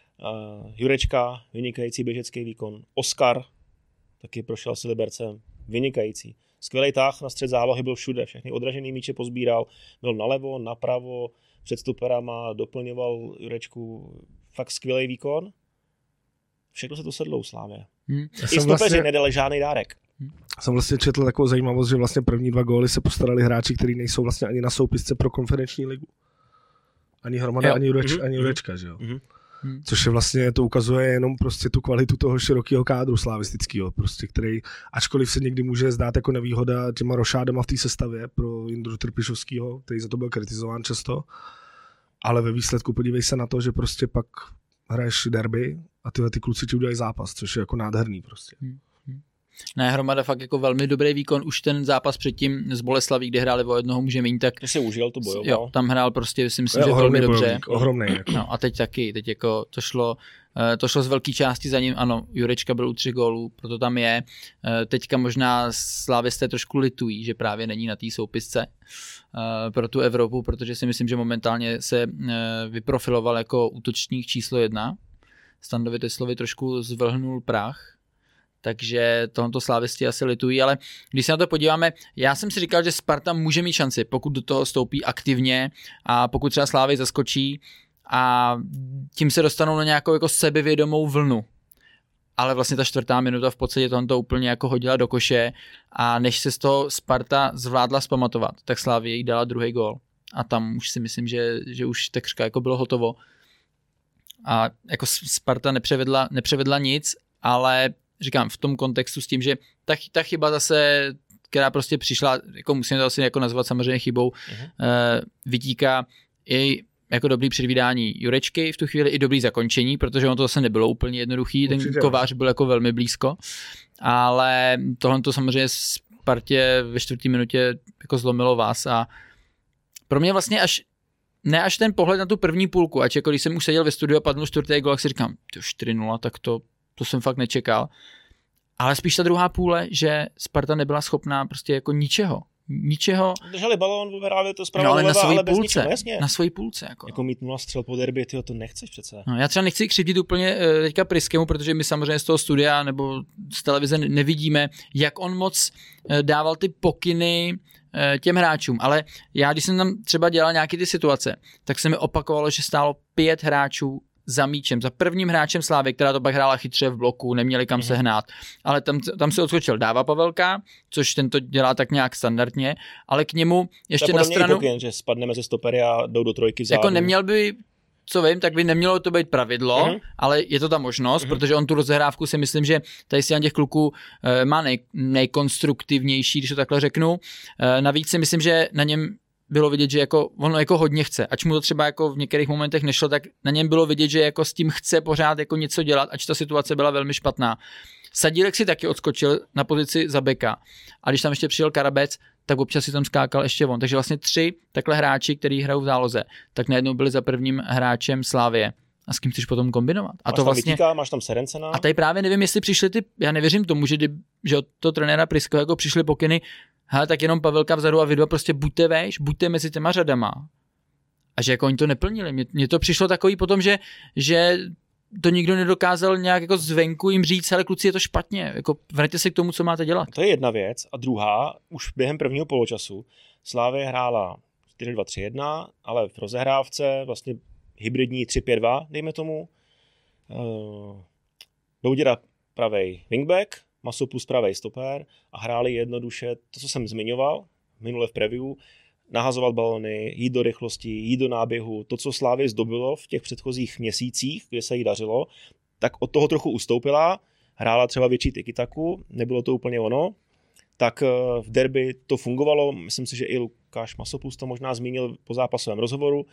Jurečka, vynikající běžecký výkon. Oskar, taky prošel si Libercem, vynikající. Skvělý tah na střed zálohy, byl všude, všechny odražený míče pozbíral, byl nalevo, napravo, před stoperama, doplňoval Jurečku, fakt skvělý výkon. Všechno se to sedlo u Slavie. I stopeři nedali žádný dárek. Jsem vlastně četl takovou zajímavost, že vlastně první 2 góly se postarali hráči, kteří nejsou vlastně ani na soupisce pro konferenční ligu. Ani Hromada, ani Jurečka, že jo. Což je vlastně, to ukazuje jenom prostě tu kvalitu toho širokého kádru slavistického, prostě, který, ačkoliv se někdy může zdát jako nevýhoda těma rošádama v té sestavě pro Jindru Trpišovského, který za to byl kritizován často, ale ve výsledku podívej se na to, že prostě pak hraješ derby a ty kluci ti udělají zápas, což je jako nádherný prostě. Ne, Hromada fakt jako velmi dobrý výkon, už ten zápas předtím z Boleslaví, kde hráli o jednoho muže míň, tak... Ty si užil, to bojoval. Jo, tam hrál prostě, myslím si, že velmi dobře. Ohromný. Jako. No a teď taky, teď jako to šlo z velké části za ním, ano, Jurečka byl u 3 gólů, proto tam je. Teďka možná slávisté trošku litují, že právě není na té soupisce pro tu Evropu, protože si myslím, že momentálně se vyprofiloval jako útočník číslo 1. Standovi Teslovi trošku zvlhnul prach, takže tohoto slávisti asi litují, ale když se na to podíváme, já jsem si říkal, že Sparta může mít šanci, pokud do toho stoupí aktivně a pokud třeba Slavii zaskočí a tím se dostanou na nějakou jako sebevědomou vlnu. Ale vlastně ta 4. minuta v podstatě to úplně jako hodila do koše a než se z toho Sparta zvládla zpamatovat, tak Slavie jí dala 2. gól. A tam už si myslím, že už takřka jako bylo hotovo. A jako Sparta nepřevedla nic, ale říkám v tom kontextu s tím, že ta chyba zase, která prostě přišla, jako musíme to asi jako nazvat samozřejmě chybou, vytíká i jako dobrý předvídání Jurečky v tu chvíli, i dobrý zakončení, protože ono to zase nebylo úplně jednoduchý, ten kovář byl jako velmi blízko, ale tohle to samozřejmě Spartě ve 4. minutě jako zlomilo vás a pro mě vlastně až ten pohled na tu první půlku, ač jako když jsem už seděl ve studiu a padnul 4. gól, tak si říkám, 4-0, tak to jsem fakt nečekal. Ale spíš ta druhá půle, že Sparta nebyla schopná prostě jako ničeho. Drželi balón, vyhráli to zprava doleva, ale bez ničeho, jasně. Na svojí půlce. Jako mít 0 střel po derby, tyjo, to nechceš přece. No, já třeba nechci křivdit úplně teďka Priskemu, protože my samozřejmě z toho studia nebo z televize nevidíme, jak on moc dával ty pokyny těm hráčům. Ale já, když jsem tam třeba dělal nějaké ty situace, tak se mi opakovalo, že stálo 5 hráčů za míčem, za prvním hráčem Slávy, která to pak hrála chytře v bloku, neměli kam se hnát, ale tam se odskočil Dáva Pavelka, což ten to dělá tak nějak standardně, ale k němu ještě na stranu... Pokyn, že spadne mezi stopery a jdou do trojky vzadu. Jako neměl by, co vím, tak by nemělo to být pravidlo, ale je to ta možnost, protože on tu rozehrávku si myslím, že tady si na těch kluků má nejkonstruktivnější, když to takhle řeknu. Navíc si myslím, že na něm bylo vidět, že jako ono jako hodně chce. Ač mu to třeba jako v některých momentech nešlo, tak na něm bylo vidět, že jako s tím chce pořád jako něco dělat, ač ta situace byla velmi špatná. Sadílek si taky odskočil na pozici za beka. A když tam ještě přijel Karabec, tak občas si tam skákal ještě on. Takže vlastně 3 takhle hráči, kteří hrajou v záloze, tak najednou byli za prvním hráčem Slavie. A s kým chceš potom kombinovat? A máš to tam vlastně Vytíka, máš tam Serencena. A tady právě nevím, jestli přišli já nevěřím tomu, že od toho trenéra Prisko jako přišly pokyny, hele, tak jenom Pavelka vzadu a vy dva prostě buďte mezi těma řadama. A že jako oni to neplnili. Mně to přišlo takový potom, že to nikdo nedokázal nějak jako zvenku jim říct, ale kluci, je to špatně, jako vraťte se k tomu, co máte dělat. To je jedna věc. A druhá, už během prvního poločasu Slavie hrála 4-2-3-1, ale v rozehrávce vlastně hybridní 3-5-2, dejme tomu. Douděra pravej wingback, Masopus pravej stoper a hráli jednoduše to, co jsem zmiňoval minule v preview, nahazovat balony, jít do rychlosti, jít do náběhu, to, co Slavii zdobilo v těch předchozích měsících, kde se jí dařilo, tak od toho trochu ustoupila, hrála třeba větší tiki-taku, nebylo to úplně ono, tak v derby to fungovalo, myslím si, že i Lukáš Masopus to možná zmínil po zápasovém rozhovoru,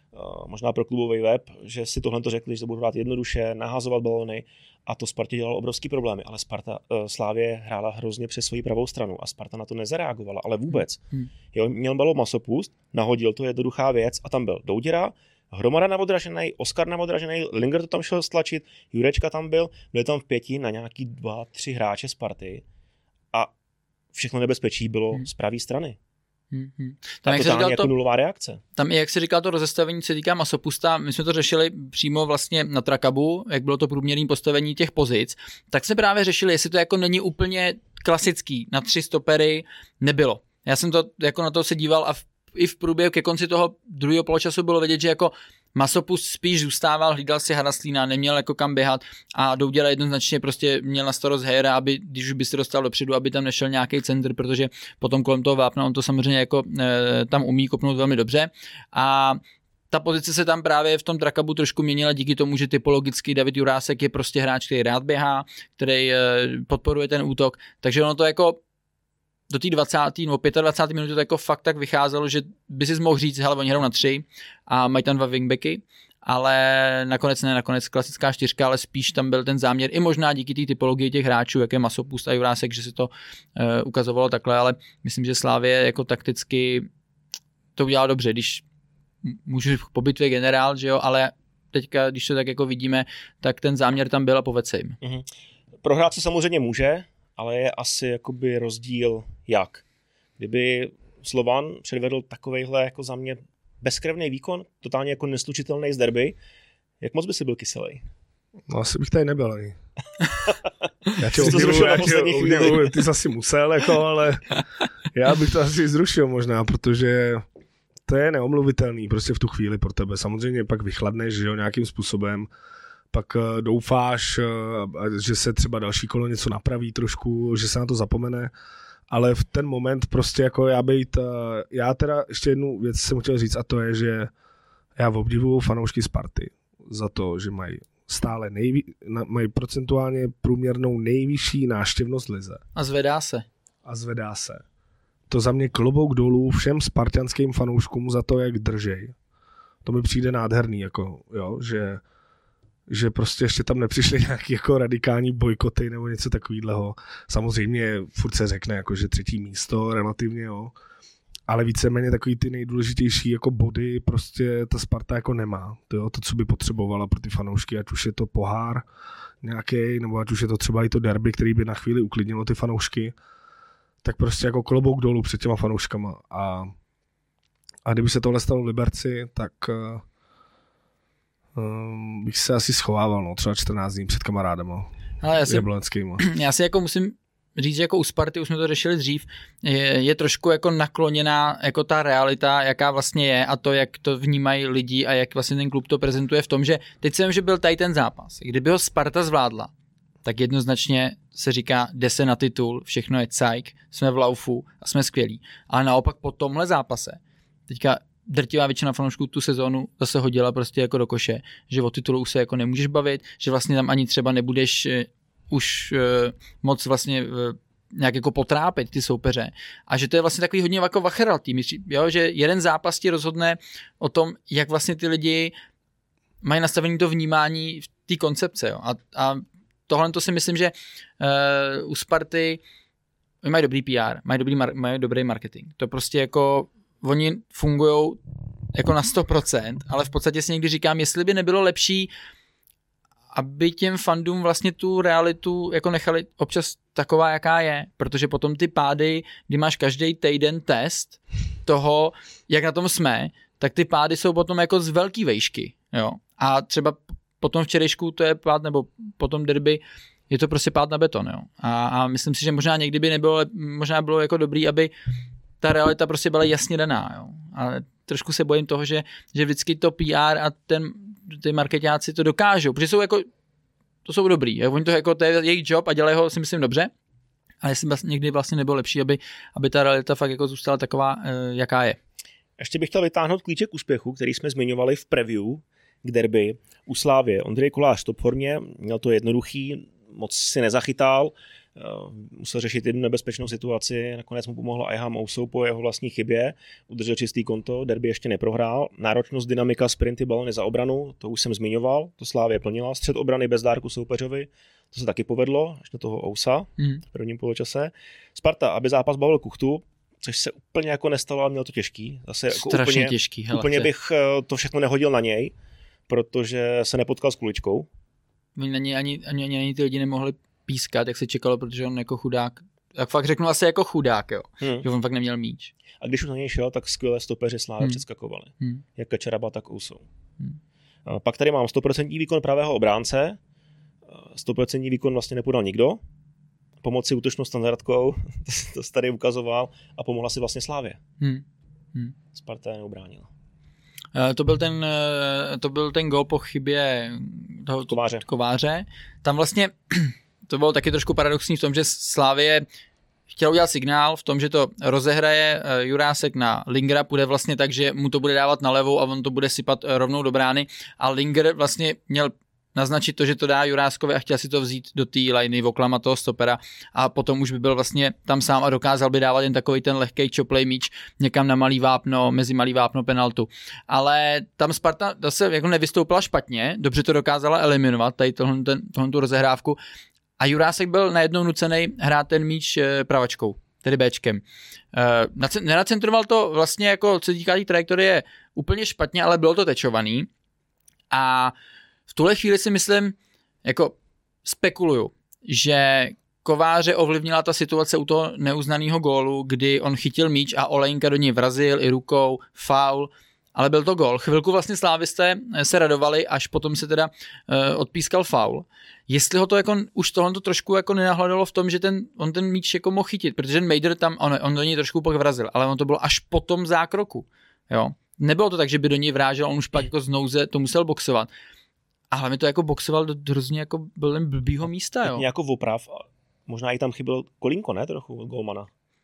možná pro klubový web, že si tohle to řekli, že to budou hrát jednoduše, nahazovat balony a to Spartě dělalo obrovský problémy, ale Slavie hrála hrozně přes svoji pravou stranu a Sparta na to nezareagovala, ale vůbec. Jo, měl balon masopust, nahodil to, jednoduchá věc a tam byl Douděra, Hromada naodražený, Oskar naodražený, Linger to tam šel stlačit, Jurečka tam byli tam v 5 na nějaký 2-3 hráče Sparty a všechno nebezpečí bylo z pravé strany. Tam jak totálně jako nulová reakce. Tam i jak se říkal to rozestavení, co se týká masopusta, my jsme to řešili přímo vlastně na Trakabu, jak bylo to průměrné postavení těch pozic, tak jsme právě řešili, jestli to jako není úplně klasický, na 3 stopery nebylo. Já jsem to jako na to se díval a i v průběhu ke konci toho druhého poločasu bylo vidět, že jako Masopust spíš zůstával, hlídal si Haraslína, neměl jako kam běhat a Douděra jednoznačně prostě měl na starost Hejera, aby když už by se dostal dopředu, aby tam nešel nějaký centr, protože potom kolem toho vápna on to samozřejmě jako tam umí kopnout velmi dobře a ta pozice se tam právě v tom Trakabu trošku měnila díky tomu, že typologicky David Jurásek je prostě hráč, který rád běhá, který podporuje ten útok, takže ono to jako do té 20. nebo 25. minuty to jako fakt tak vycházelo, že by si mohl říct, hele, oni hrajou na 3 a mají tam 2 wingbacky, ale nakonec klasická 4, ale spíš tam byl ten záměr i možná díky té typologii těch hráčů, jak je Masopust a Jurásek, že se to ukazovalo takhle, ale myslím, že Slavie jako takticky to udělal dobře, když můžu po bitvě generál, že jo, ale teďka, když to tak jako vidíme, tak ten záměr tam byl a povedse jim. Prohrát se samozřejmě může, ale je asi jakoby rozdíl jak. Kdyby Slovan předvedl takovejhle jako za mě bezkrevný výkon, totálně jako neslučitelný z derby, jak moc by si byl kyselej? No asi bych tady nebyl ani. Já tě obdivuju, ty jsi asi musel, jako, ale já bych to asi zrušil možná, protože to je neomluvitelný prostě v tu chvíli pro tebe. Samozřejmě pak vychladneš, že jo, nějakým způsobem, pak doufáš, že se třeba další kolo něco napraví trošku, že se na to zapomene, ale v ten moment prostě jako já teda ještě jednu věc jsem chtěl říct a to je, že já obdivuju fanoušky Sparty za to, že mají stále mají procentuálně průměrnou nejvyšší návštěvnost lize. A zvedá se. To za mě klobouk dolů všem spartanským fanouškům za to, jak držej. To mi přijde nádherný, jako, jo, že prostě ještě tam nepřišly nějaké jako radikální bojkoty nebo něco takového. Samozřejmě furt se řekne, jako, že 3. místo relativně, jo. Ale víceméně takový ty nejdůležitější jako body prostě ta Sparta jako nemá. To, co by potřebovala pro ty fanoušky, ať už je to pohár nějaký, nebo ať už je to třeba i to derby, který by na chvíli uklidnilo ty fanoušky, tak prostě jako klobouk dolů před těma fanouškama. A kdyby se tohle stalo v Liberci, tak bych se asi schovával, no, třeba 14 dní před kamarádama. Já si jako musím říct, že jako u Sparty, už jsme to řešili dřív, je trošku jako nakloněná jako ta realita, jaká vlastně je a to, jak to vnímají lidi a jak vlastně ten klub to prezentuje v tom, že teď si vím, že byl tady ten zápas. Kdyby ho Sparta zvládla, tak jednoznačně se říká, jde se na titul, všechno je cajk, jsme v laufu a jsme skvělí. Ale naopak po tomhle zápase, teďka drtivá většina fanoušků tu sezónu zase hodila prostě jako do koše, že o titulu už se jako nemůžeš bavit, že vlastně tam ani třeba nebudeš už moc vlastně nějak jako potrápit ty soupeře a že to je vlastně takový hodně jako vacheral tým, jo? Že jeden zápas ti rozhodne o tom, jak vlastně ty lidi mají nastavený to vnímání v té koncepce. Jo? A tohle to si myslím, že u Sparty mají dobrý PR, mají dobrý marketing. To prostě jako oni fungujou jako na 100%, ale v podstatě si někdy říkám, jestli by nebylo lepší, aby těm fandům vlastně tu realitu jako nechali občas taková, jaká je, protože potom ty pády, kdy máš každý týden test toho, jak na tom jsme, tak ty pády jsou potom jako z velký vejšky, jo. A třeba potom včerejšku to je pád, nebo potom derby, je to prostě pád na beton, jo. A myslím si, že možná někdy by nebylo, možná bylo jako dobrý, aby ta realita prostě byla jasně daná, jo. Ale trošku se bojím toho, že vždycky to PR a ty marketáci to dokážou, protože jsou jako, to jsou dobrý, jo. Oni to jako, to je jejich job a dělají ho, si myslím, dobře, ale jestli někdy vlastně nebylo lepší, aby ta realita fakt jako zůstala taková, jaká je. Ještě bych chtěl vytáhnout klíček úspěchu, který jsme zmiňovali v preview k derby u Slávie. Ondřej Kolář v top formě, měl to jednoduchý, moc si nezachytal, musel řešit jednu nebezpečnou situaci, nakonec mu pomohlo Aiha Mousou po jeho vlastní chybě, udržel čistý konto, derby ještě neprohrál, náročnost, dynamika, sprinty, balony za obranu, to už jsem zmiňoval, to Slavie plnila, střed obrany bez dárku soupeřovi, to se taky povedlo, až do toho Ousa v prvním poločase. Sparta, aby zápas bavil Kuchtu, což se úplně jako nestalo, ale měl to těžký. Zase jako strašně těžký. Úplně bych to všechno nehodil na něj, protože se nepotkal s Kuličkou. Na něj ani ty lidi nemohli pískat, jak se čekalo, protože on jako chudák, jak fakt řeknu asi jako chudák, jo, že on fakt neměl míč. A když už na něj šel, tak skvěle stopeři Slávy předskakovali. Jak Kačaraba, tak Ousou. Pak tady mám 100% výkon pravého obránce, 100% výkon vlastně nepodal nikdo, pomocí útočnou standardkou, to se tady ukazoval, a pomohla si vlastně Slávě. Sparta je neubránila. To byl ten gól po chybě toho Kováře. Tam vlastně to bylo taky trošku paradoxní v tom, že Slavie chtěl udělat signál v tom, že to rozehraje Jurásek na Lingera, půjde vlastně tak, že mu to bude dávat na levou a on to bude sypat rovnou do brány, a Linger vlastně měl naznačit to, že to dá Juráskovi, a chtěl si to vzít do té liney, oklamat toho stopera, a potom už by byl vlastně tam sám a dokázal by dávat jen takový ten lehkej choplej míč někam na malý vápno, mezi malý vápno penaltu. Ale tam Sparta zase jako nevystoupila špatně, dobře to dokázala eliminovat, tady tohletu rozehrávku, a Jurásek byl najednou nucený hrát ten míč pravačkou, tedy Bčkem. Nenacentroval to vlastně, jako co týká té trajektorie, úplně špatně, ale bylo to tečovaný, a v tuhle chvíli si myslím, jako spekuluju, že Kováře ovlivnila ta situace u toho neuznaného gólu, kdy on chytil míč a Olejnka do něj vrazil i rukou, faul, ale byl to gól. Chvilku vlastně slávisté se radovali, až potom se teda odpískal faul. Jestli ho to jako, už tohle to trošku jako nenahledalo v tom, že on ten míč jako mohl chytit, protože ten Mejder tam, on do něj trošku pak vrazil, ale on to bylo až po tom zákroku. Jo? Nebylo to tak, že by do něj vrážel, on už pak jako z nouze to musel boxovat. A hlavně to jako boxoval do hrozně jako byl blbýho místa, jo. Jako oprav, možná i tam chyběl Kolínko, ne, trochu od golmana.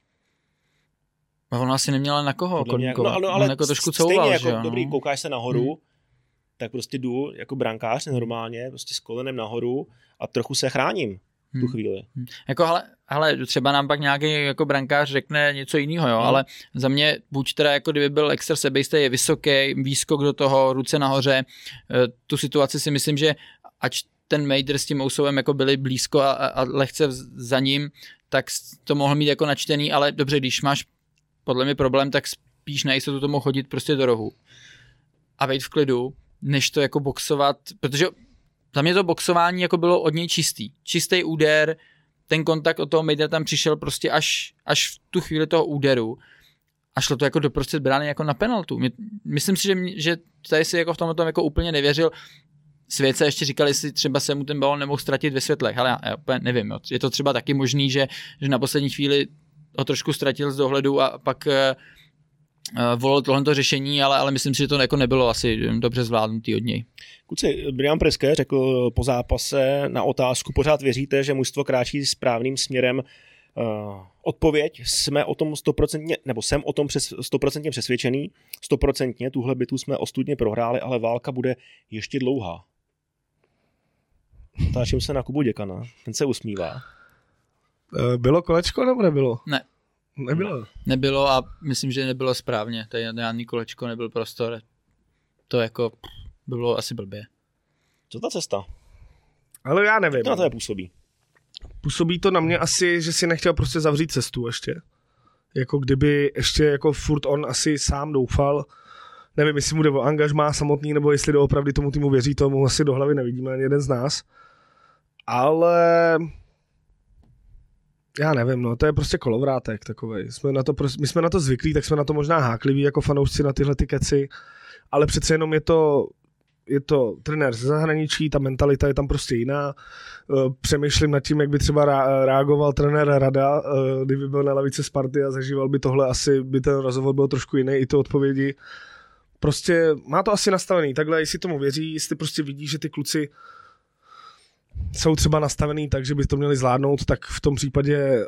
A on asi neměl na koho Kolínko. No, ale jako trošku couval, jako že jo. Dobrý, koukáš se nahoru, tak prostě jdu jako brankář normálně, prostě s kolenem nahoru a trochu se chráním v tu chvíli. Jako ale třeba nám pak nějaký jako brankář řekne něco jiného, jo, ale za mě buď teda jako kdyby byl extra sebejistý, je vysoký, výskok do toho, ruce nahoře, tu situaci si myslím, že ač ten Mejder s tím Ousovem jako byli blízko a lehce za ním, tak to mohl mít jako načtený, ale dobře, když máš podle mě problém, tak spíš na jistotu to mohl chodit prostě do rohu a vejít v klidu, než to jako boxovat, protože za mě to boxování jako bylo od něj čistý úder, ten kontakt od toho Mejdera tam přišel prostě až v tu chvíli toho úderu a šlo to jako doprostřed brány jako na penaltu. Myslím si, že tady si jako v tomhle tom jako úplně nevěřil. Svědce ještě říkali, jestli třeba se mu ten balon nemohl ztratit ve světlech, ale já úplně nevím. Jo. Je to třeba taky možný, že na poslední chvíli ho trošku ztratil z dohledu a pak volal tohleto řešení, ale myslím si, že to jako nebylo asi dobře zvládnutý od něj. Kluci, Brian Preske řekl po zápase na otázku, pořád věříte, že mužstvo kráčí správným směrem? Odpověď, jsme o tom 100%, nebo jsem o tom 100% přesvědčený, 100%, tuhle bitvu jsme ostudně prohráli, ale válka bude ještě dlouhá. Táčím se na Kubu Děkana, ten se usmívá. Bylo kolečko nebo nebylo? Ne. Nebylo a myslím, že nebylo správně. Tady žádný kolečko, nebyl prostor. To jako bylo asi blbě. Co ta cesta? Ale já nevím. To na to působí. Působí to na mě asi, že si nechtěl prostě zavřít cestu ještě. Jako kdyby ještě jako furt on asi sám doufal. Nevím, jestli mu jde o angažmá samotný, nebo jestli doopravdy tomu týmu věří, tomu asi do hlavy nevidíme ani jeden z nás. Ale já nevím, no, to je prostě kolovrátek takovej. My jsme na to zvyklí, tak jsme na to možná hákliví jako fanoušci na tyhle ty keci, ale přece jenom je to trenér ze zahraničí, ta mentalita je tam prostě jiná. Přemýšlím nad tím, jak by třeba reagoval trenér Rada, kdyby byl na lavici Sparty a zažíval by tohle, asi by ten rozhovor byl trošku jiný, i ty odpovědi. Prostě má to asi nastavený. Takhle, jestli tomu věří, jestli prostě vidí, že ty kluci jsou třeba nastavený tak, že by to měli zvládnout, tak v tom případě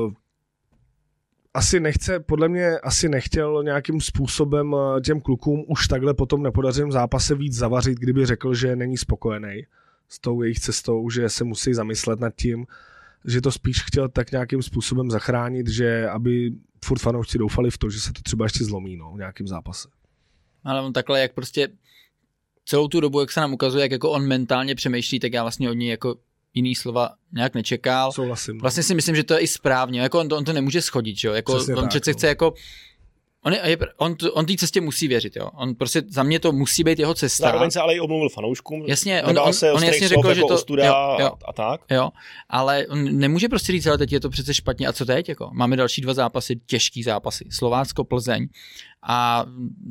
podle mě asi nechtěl nějakým způsobem těm klukům už takhle po tom nepodařeném zápase víc zavařit, kdyby řekl, že není spokojený s tou jejich cestou, že se musí zamyslet nad tím že to spíš chtěl tak nějakým způsobem zachránit, že aby furt fanoušci doufali v to, že se to třeba ještě zlomí, no, v nějakém zápase. Ale on takhle, jak prostě celou tu dobu, jak se nám ukazuje, jak jako on mentálně přemýšlí, tak já vlastně od něj jako jiný slova nějak nečekal. Souhlasím. Vlastně si myslím, že to je i správně, jako on to nemůže schodit, že jo, jako přesně on tak, přece no. chce jako on té cestě musí věřit, jo. On prostě za mě to musí být jeho cesta. Zároveň se ale i omluvil fanouškům. Jasně, on jasně řekl, jako že to ostuda jo, a tak. Jo, ale on nemůže prostě říct, ale teď je to přece špatně. A co teď? Jako? Máme další 2 zápasy, těžký zápasy. Slovácko, Plzeň. A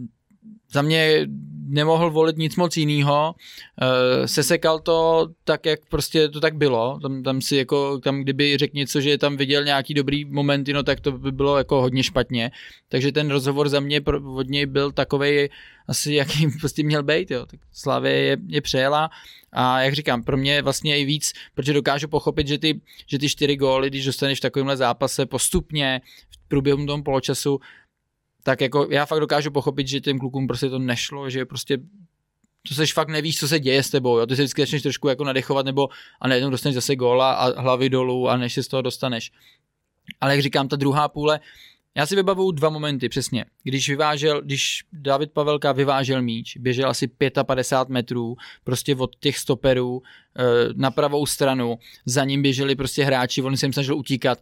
za mě nemohl volit nic moc jinýho. Sesekal to tak, jak prostě to tak bylo. Tam kdyby řekl něco, že tam viděl nějaký dobrý momenty, no tak to by bylo jako hodně špatně. Takže ten rozhovor za mě od něj byl takovej asi, jaký prostě měl být. Jo. Tak Slavie je přejela a jak říkám, pro mě vlastně i víc, protože dokážu pochopit, že ty 4 góly, když dostaneš v takovémhle zápase postupně v průběhu toho poločasu, tak jako já fakt dokážu pochopit, že těm klukům prostě to nešlo, že prostě to seš fakt nevíš, co se děje s tebou, jo? Ty se vždycky začneš trošku jako nadechovat, nebo a najednou dostaneš zase góla a hlavy dolů a než se z toho dostaneš. Ale jak říkám, ta druhá půle, já si vybavuju 2 momenty přesně. Když David Pavelka vyvážel míč, běžel asi 55 metrů, prostě od těch stoperů na pravou stranu, za ním běželi prostě hráči, on se jim snažil utíkat,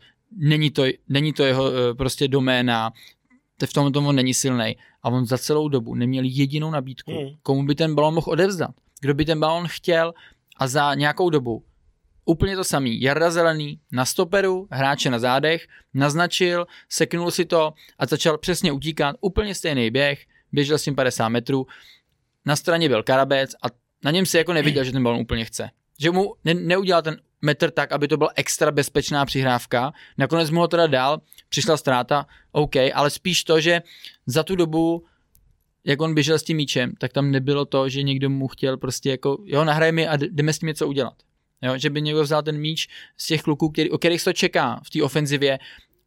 není to jeho prostě doména, v tom on není silnej. A on za celou dobu neměl jedinou nabídku, komu by ten balón mohl odevzdat. Kdo by ten balón chtěl a za nějakou dobu. Úplně to samý. Jarda Zelený na stoperu, hráče na zádech, naznačil, seknul si to a začal přesně utíkat. Úplně stejný běh, běžel s tím 50 metrů. Na straně byl Karabec a na něm si jako neviděl, že ten balón úplně chce. Že mu neudělal ten metr tak, aby to byla extra bezpečná přihrávka. Nakonec mu ho teda dal, přišla ztráta, OK, ale spíš to, že za tu dobu, jak on běžel s tím míčem, tak tam nebylo to, že někdo mu chtěl prostě jako, jo, nahraj mi a jdeme s tím něco udělat. Jo, že by někdo vzal ten míč z těch kluků, o kterých se to čeká v té ofenzivě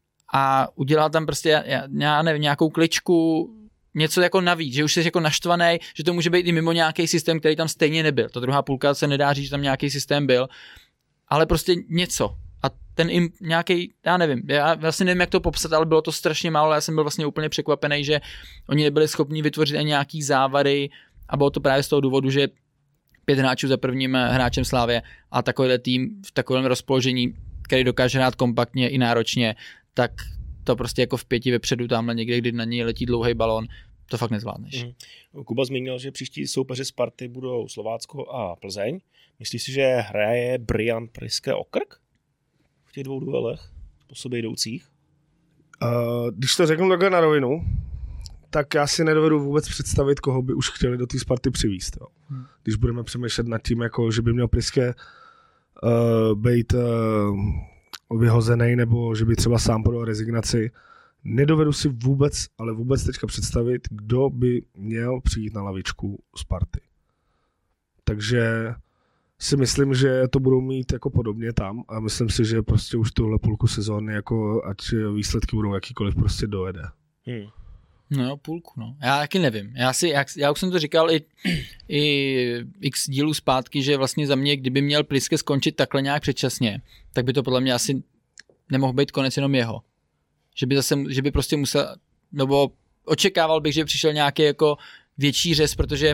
a udělal tam prostě, já nevím, nějakou kličku, něco jako navíc, že už jsi jako naštvaný, že to může být i mimo nějaký systém, který tam stejně nebyl. Ta druhá půlka se nedá říct, že tam nějaký systém byl, ale prostě něco. A ten nějaký, já nevím, já vlastně nevím, jak to popsat, ale bylo to strašně málo, já jsem byl vlastně úplně překvapený, že oni nebyli schopni vytvořit ani nějaký závary a bylo to právě z toho důvodu, že 5 hráčů za prvním hráčem Slavie a takovýhle tým v takovém rozpoložení, který dokáže hrát kompaktně i náročně, tak to prostě jako v 5 vepředu tamhle někde, kdy na něj letí dlouhý balón, to fakt nezvládneš. Kuba zmínil, že příští soupeři Sparty budou Slovácko a Plzeň. Myslíš si, že hraje Brian Priske o krk v těch 2 duelech po sobě jdoucích? Když to řeknu takhle na rovinu, tak já si nedovedu vůbec představit, koho by už chtěli do té Sparty přivízt. Jo. Když budeme přemýšlet nad tím, jako, že by měl Priske být vyhozený, nebo že by třeba sám podal rezignaci. Nedovedu si vůbec, ale vůbec teďka představit, kdo by měl přijít na lavičku Sparty. Takže si myslím, že to budou mít jako podobně tam a myslím si, že prostě už tuhle půlku sezóny, jako ať výsledky budou jakýkoliv, prostě dojede. No jo, půlku, no. Já taky nevím. Já už jsem to říkal i x dílů zpátky, že vlastně za mě, kdyby měl Priske skončit takhle nějak předčasně, tak by to podle mě asi nemohl být konec jenom jeho. Že by prostě musel, nebo očekával bych, že přišel nějaký jako větší řez, protože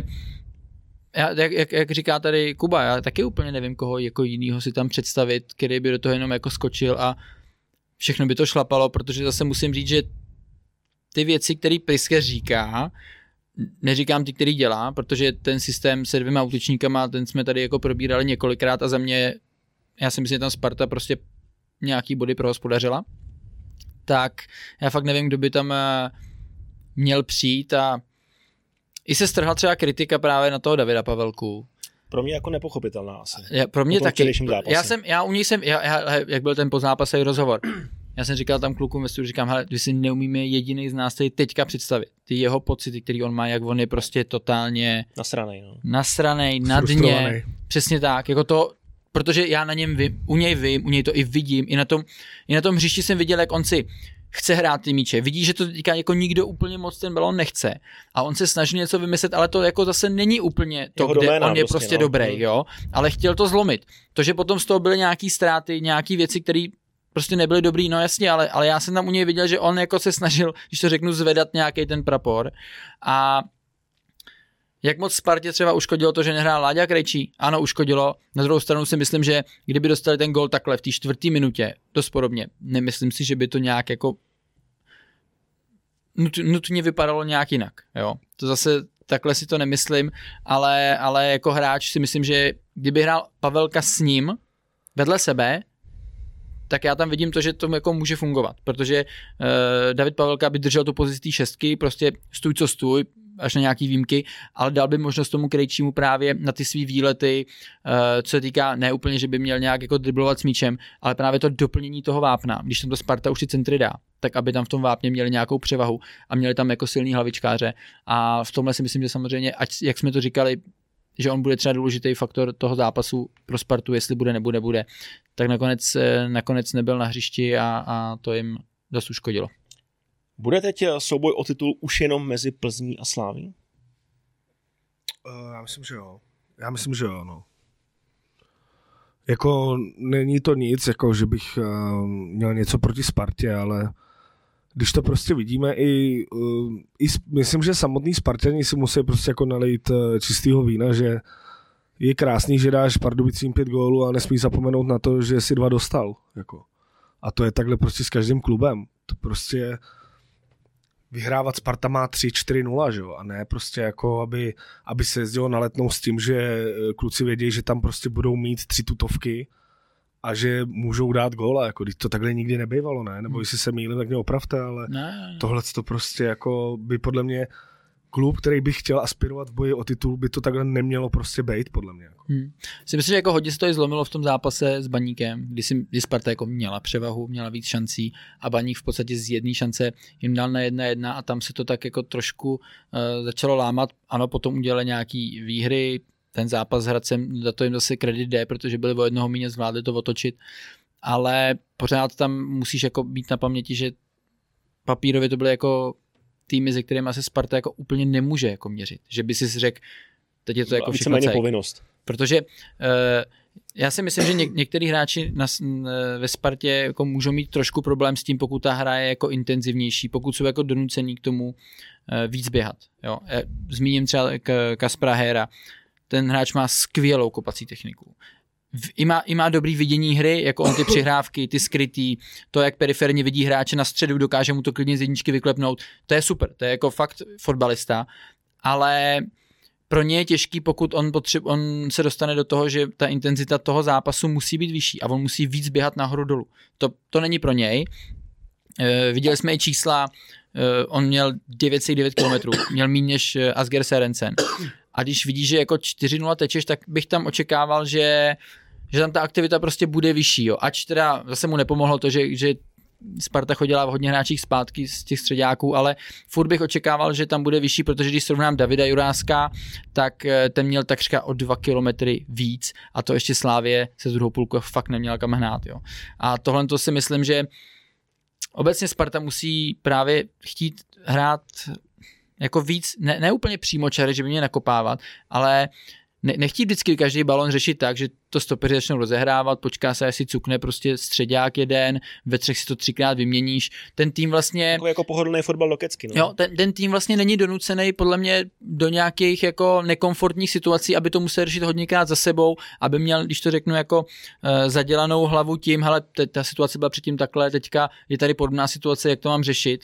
jak říká tady Kuba, já taky úplně nevím, koho jako jinýho si tam představit, který by do toho jenom jako skočil a všechno by to šlapalo, protože zase musím říct, že ty věci, které Priske říká, neříkám ty, který dělá, protože ten systém se 2 útočníkama, ten jsme tady jako probírali několikrát a za mě, já si myslím, že tam Sparta prostě nějaký body prohospodařila, tak já fakt nevím, kdo by tam měl přijít a i se strhla třeba kritika právě na toho Davida Pavelku. Pro mě jako nepochopitelná asi. Pro mě taky. Jak byl ten pozápasový rozhovor, já jsem říkal tam klukům ve studiu, říkám, hele, vy si neumíme jediný z nás tady teďka představit. Ty jeho pocity, který on má, jak on je prostě totálně nasranej, na dně. Přesně tak, jako to, protože já na něm vím, u něj to i vidím, i na tom hřišti jsem viděl, jak on si chce hrát ty míče, vidí, že to teďka jako nikdo úplně moc ten balón nechce a on se snaží něco vymyslet, ale to jako zase není úplně to, kde doména, on je prostě dobrý, jo, ale chtěl to zlomit. To, že potom z toho byly nějaký ztráty, nějaký věci, které prostě nebyly dobrý, no jasně, ale já jsem tam u něj viděl, že on jako se snažil, když to řeknu, zvedat nějaký ten prapor a jak moc Spartě třeba uškodilo to, že nehrál Láďa Krejčí? Ano, uškodilo. Na druhou stranu si myslím, že kdyby dostali ten gól takhle v té 4. minutě, dost podobně, nemyslím si, že by to nějak jako nutně vypadalo nějak jinak. Jo? To zase takhle si to nemyslím, ale jako hráč si myslím, že kdyby hrál Pavelka s ním vedle sebe, tak já tam vidím to, že to jako může fungovat, protože David Pavelka by držel tu pozici té 6, prostě stůj co stůj, až na nějaký výjimky, ale dal by možnost tomu Krejčímu právě na ty svý výlety, co se týká ne úplně, že by měl nějak jako driblovat s míčem, ale právě to doplnění toho vápna, když tam to Sparta už ty centry dá, tak aby tam v tom vápně měli nějakou převahu a měli tam jako silný hlavičkáře a v tomhle si myslím, že samozřejmě, ať jak jsme to říkali, že on bude třeba důležitý faktor toho zápasu pro Spartu, jestli bude, nebude, tak nakonec nebyl na hřišti a to jim dost uškodilo. Bude teď souboj o titul už jenom mezi Plzní a Sláví? Já myslím, že jo, no. Jako není to nic, jako že bych měl něco proti Spartě, ale když to prostě vidíme myslím, že samotný Spartani si musí prostě jako nalejt čistýho vína, že je krásný, že dáš Pardubicím 5 gólů a nesmí zapomenout na to, že si 2 dostal. Jako. A to je takhle prostě s každým klubem. To prostě vyhrávat Sparta má 3-4-0, že jo? A ne prostě jako, aby se jezdilo na Letnou s tím, že kluci vědí, že tam prostě budou mít 3 tutovky a že můžou dát góla, jako když to takhle nikdy nebývalo, ne? Nebo jestli se mýlím, tak mě opravte, ale tohle to prostě jako by podle mě klub, který by chtěl aspirovat v boji o titul, by to takhle nemělo prostě být, podle mě. Jako. Si myslím, že jako hodně se to i zlomilo v tom zápase s Baníkem, kdy Sparta jako měla převahu, měla víc šancí a Baník v podstatě z jedné šance jim dal na 1-1 a tam se to tak jako trošku začalo lámat. Ano, potom udělali nějaký výhry, ten zápas s Hradcem, za to jim zase kredit jde, protože byli o jednoho míně, zvládli to otočit, ale pořád tam musíš jako být na paměti, že papírově to byly jako týmy, se kterými se Sparta jako úplně nemůže jako měřit. Že by si řekl, teď je to jako všechno cejk. Povinnost. Protože já si myslím, že některý hráči ve Spartě jako můžou mít trošku problém s tím, pokud ta hra je jako intenzivnější, pokud jsou jako donucení k tomu víc běhat. Jo. Zmíním třeba Kaspra Héra. Ten hráč má skvělou kopací techniku. I má dobrý vidění hry, jako on ty přihrávky, ty skrytý, to, jak periferně vidí hráče na středu, dokáže mu to klidně z jedničky vyklepnout. To je super, to je jako fakt fotbalista, ale pro ně je těžký, pokud on se dostane do toho, že ta intenzita toho zápasu musí být vyšší a on musí víc běhat nahoru dolů. To není pro něj. Viděli jsme i čísla, on měl 9,9 km, měl méně než Asger Sørensen. A když vidíš, že jako 4-0 tečeš, tak bych tam očekával, že tam ta aktivita prostě bude vyšší. Jo. Ač teda zase mu nepomohlo to, že Sparta chodila v hodně hráčích zpátky z těch středáků, ale furt bych očekával, že tam bude vyšší, protože když srovnám Davida Juráska, tak ten měl takřka o 2 kilometry víc a to ještě Slávie se z druhou půlku fakt neměla kam hnát. Jo. A tohle to si myslím, že obecně Sparta musí právě chtít hrát jako víc, ne úplně přímočary, že by mě nakopávat, ale nechtít vždycky každý balon řešit tak, že to stopeři začnou rozehrávat, počká se, jestli cukne prostě středák jeden, ve 3 si to 3krát vyměníš. Ten tým vlastně... Jako pohodlný fotbal lokecky. No? Jo, ten tým vlastně není donucený podle mě do nějakých jako nekomfortních situací, aby to musel řešit hodněkrát za sebou, aby měl, když to řeknu, jako zadělanou hlavu tím, hele, ta situace byla předtím takhle, teďka je tady podobná situace, jak to mám řešit.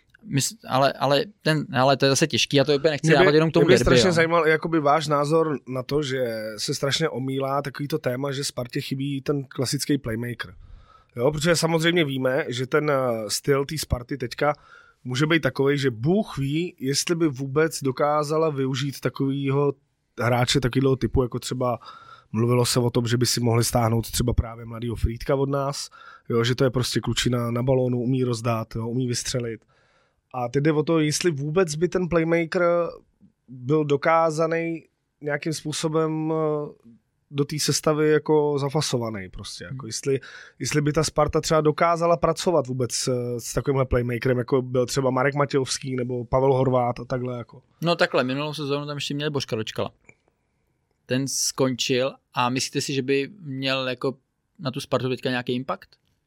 Ale to je zase těžký, já to úplně nechci dávat jenom k tomu derby. Mě by strašně zajímal jakoby váš názor na to, že se strašně omílá takovýto téma, že Spartě chybí ten klasický playmaker. Jo, protože samozřejmě víme, že ten styl té Sparty teďka může být takový, že Bůh ví, jestli by vůbec dokázala využít takovýho hráče takového typu, jako třeba mluvilo se o tom, že by si mohli stáhnout třeba právě mladýho Frýdka od nás, jo, že to je prostě klučina na balónu, umí rozdát, jo, umí vystřelit. A teď jde o to, jestli vůbec by ten playmaker byl dokázaný nějakým způsobem do té sestavy jako zafasovaný prostě. Jako jestli by ta Sparta třeba dokázala pracovat vůbec s takovýmhle playmakerem, jako byl třeba Marek Matějovský nebo Pavel Horvát a takhle jako. No takhle, minulou sezónu tam ještě měli Božka Dočkala. Ten skončil a myslíte si, že by měl jako na tu Spartu teďka nějaký impact?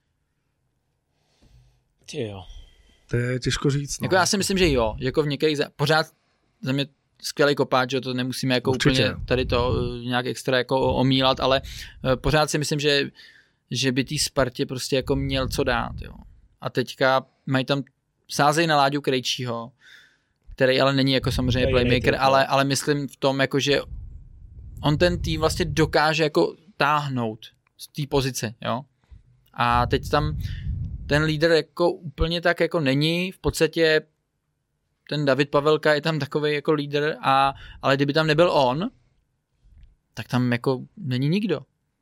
Jo. To je těžko říct. No. Jako já si myslím, že jo. Jako v některých pořád za mě skvělý kopáč, že to nemusíme jako úplně tady to nějak extra jako omílat, ale pořád si myslím, že by tý Spartě prostě jako měl co dát. Jo. A teďka mají tam sázej na Láďu Krejčího, který ale není jako samozřejmě playmaker, ale myslím v tom, jako že on ten tým vlastně dokáže jako táhnout z té pozice, jo. A teď tam ten lídr jako úplně tak jako není, v podstatě ten David Pavelka je tam takovej jako lídr, ale kdyby tam nebyl on, tak tam jako není nikdo.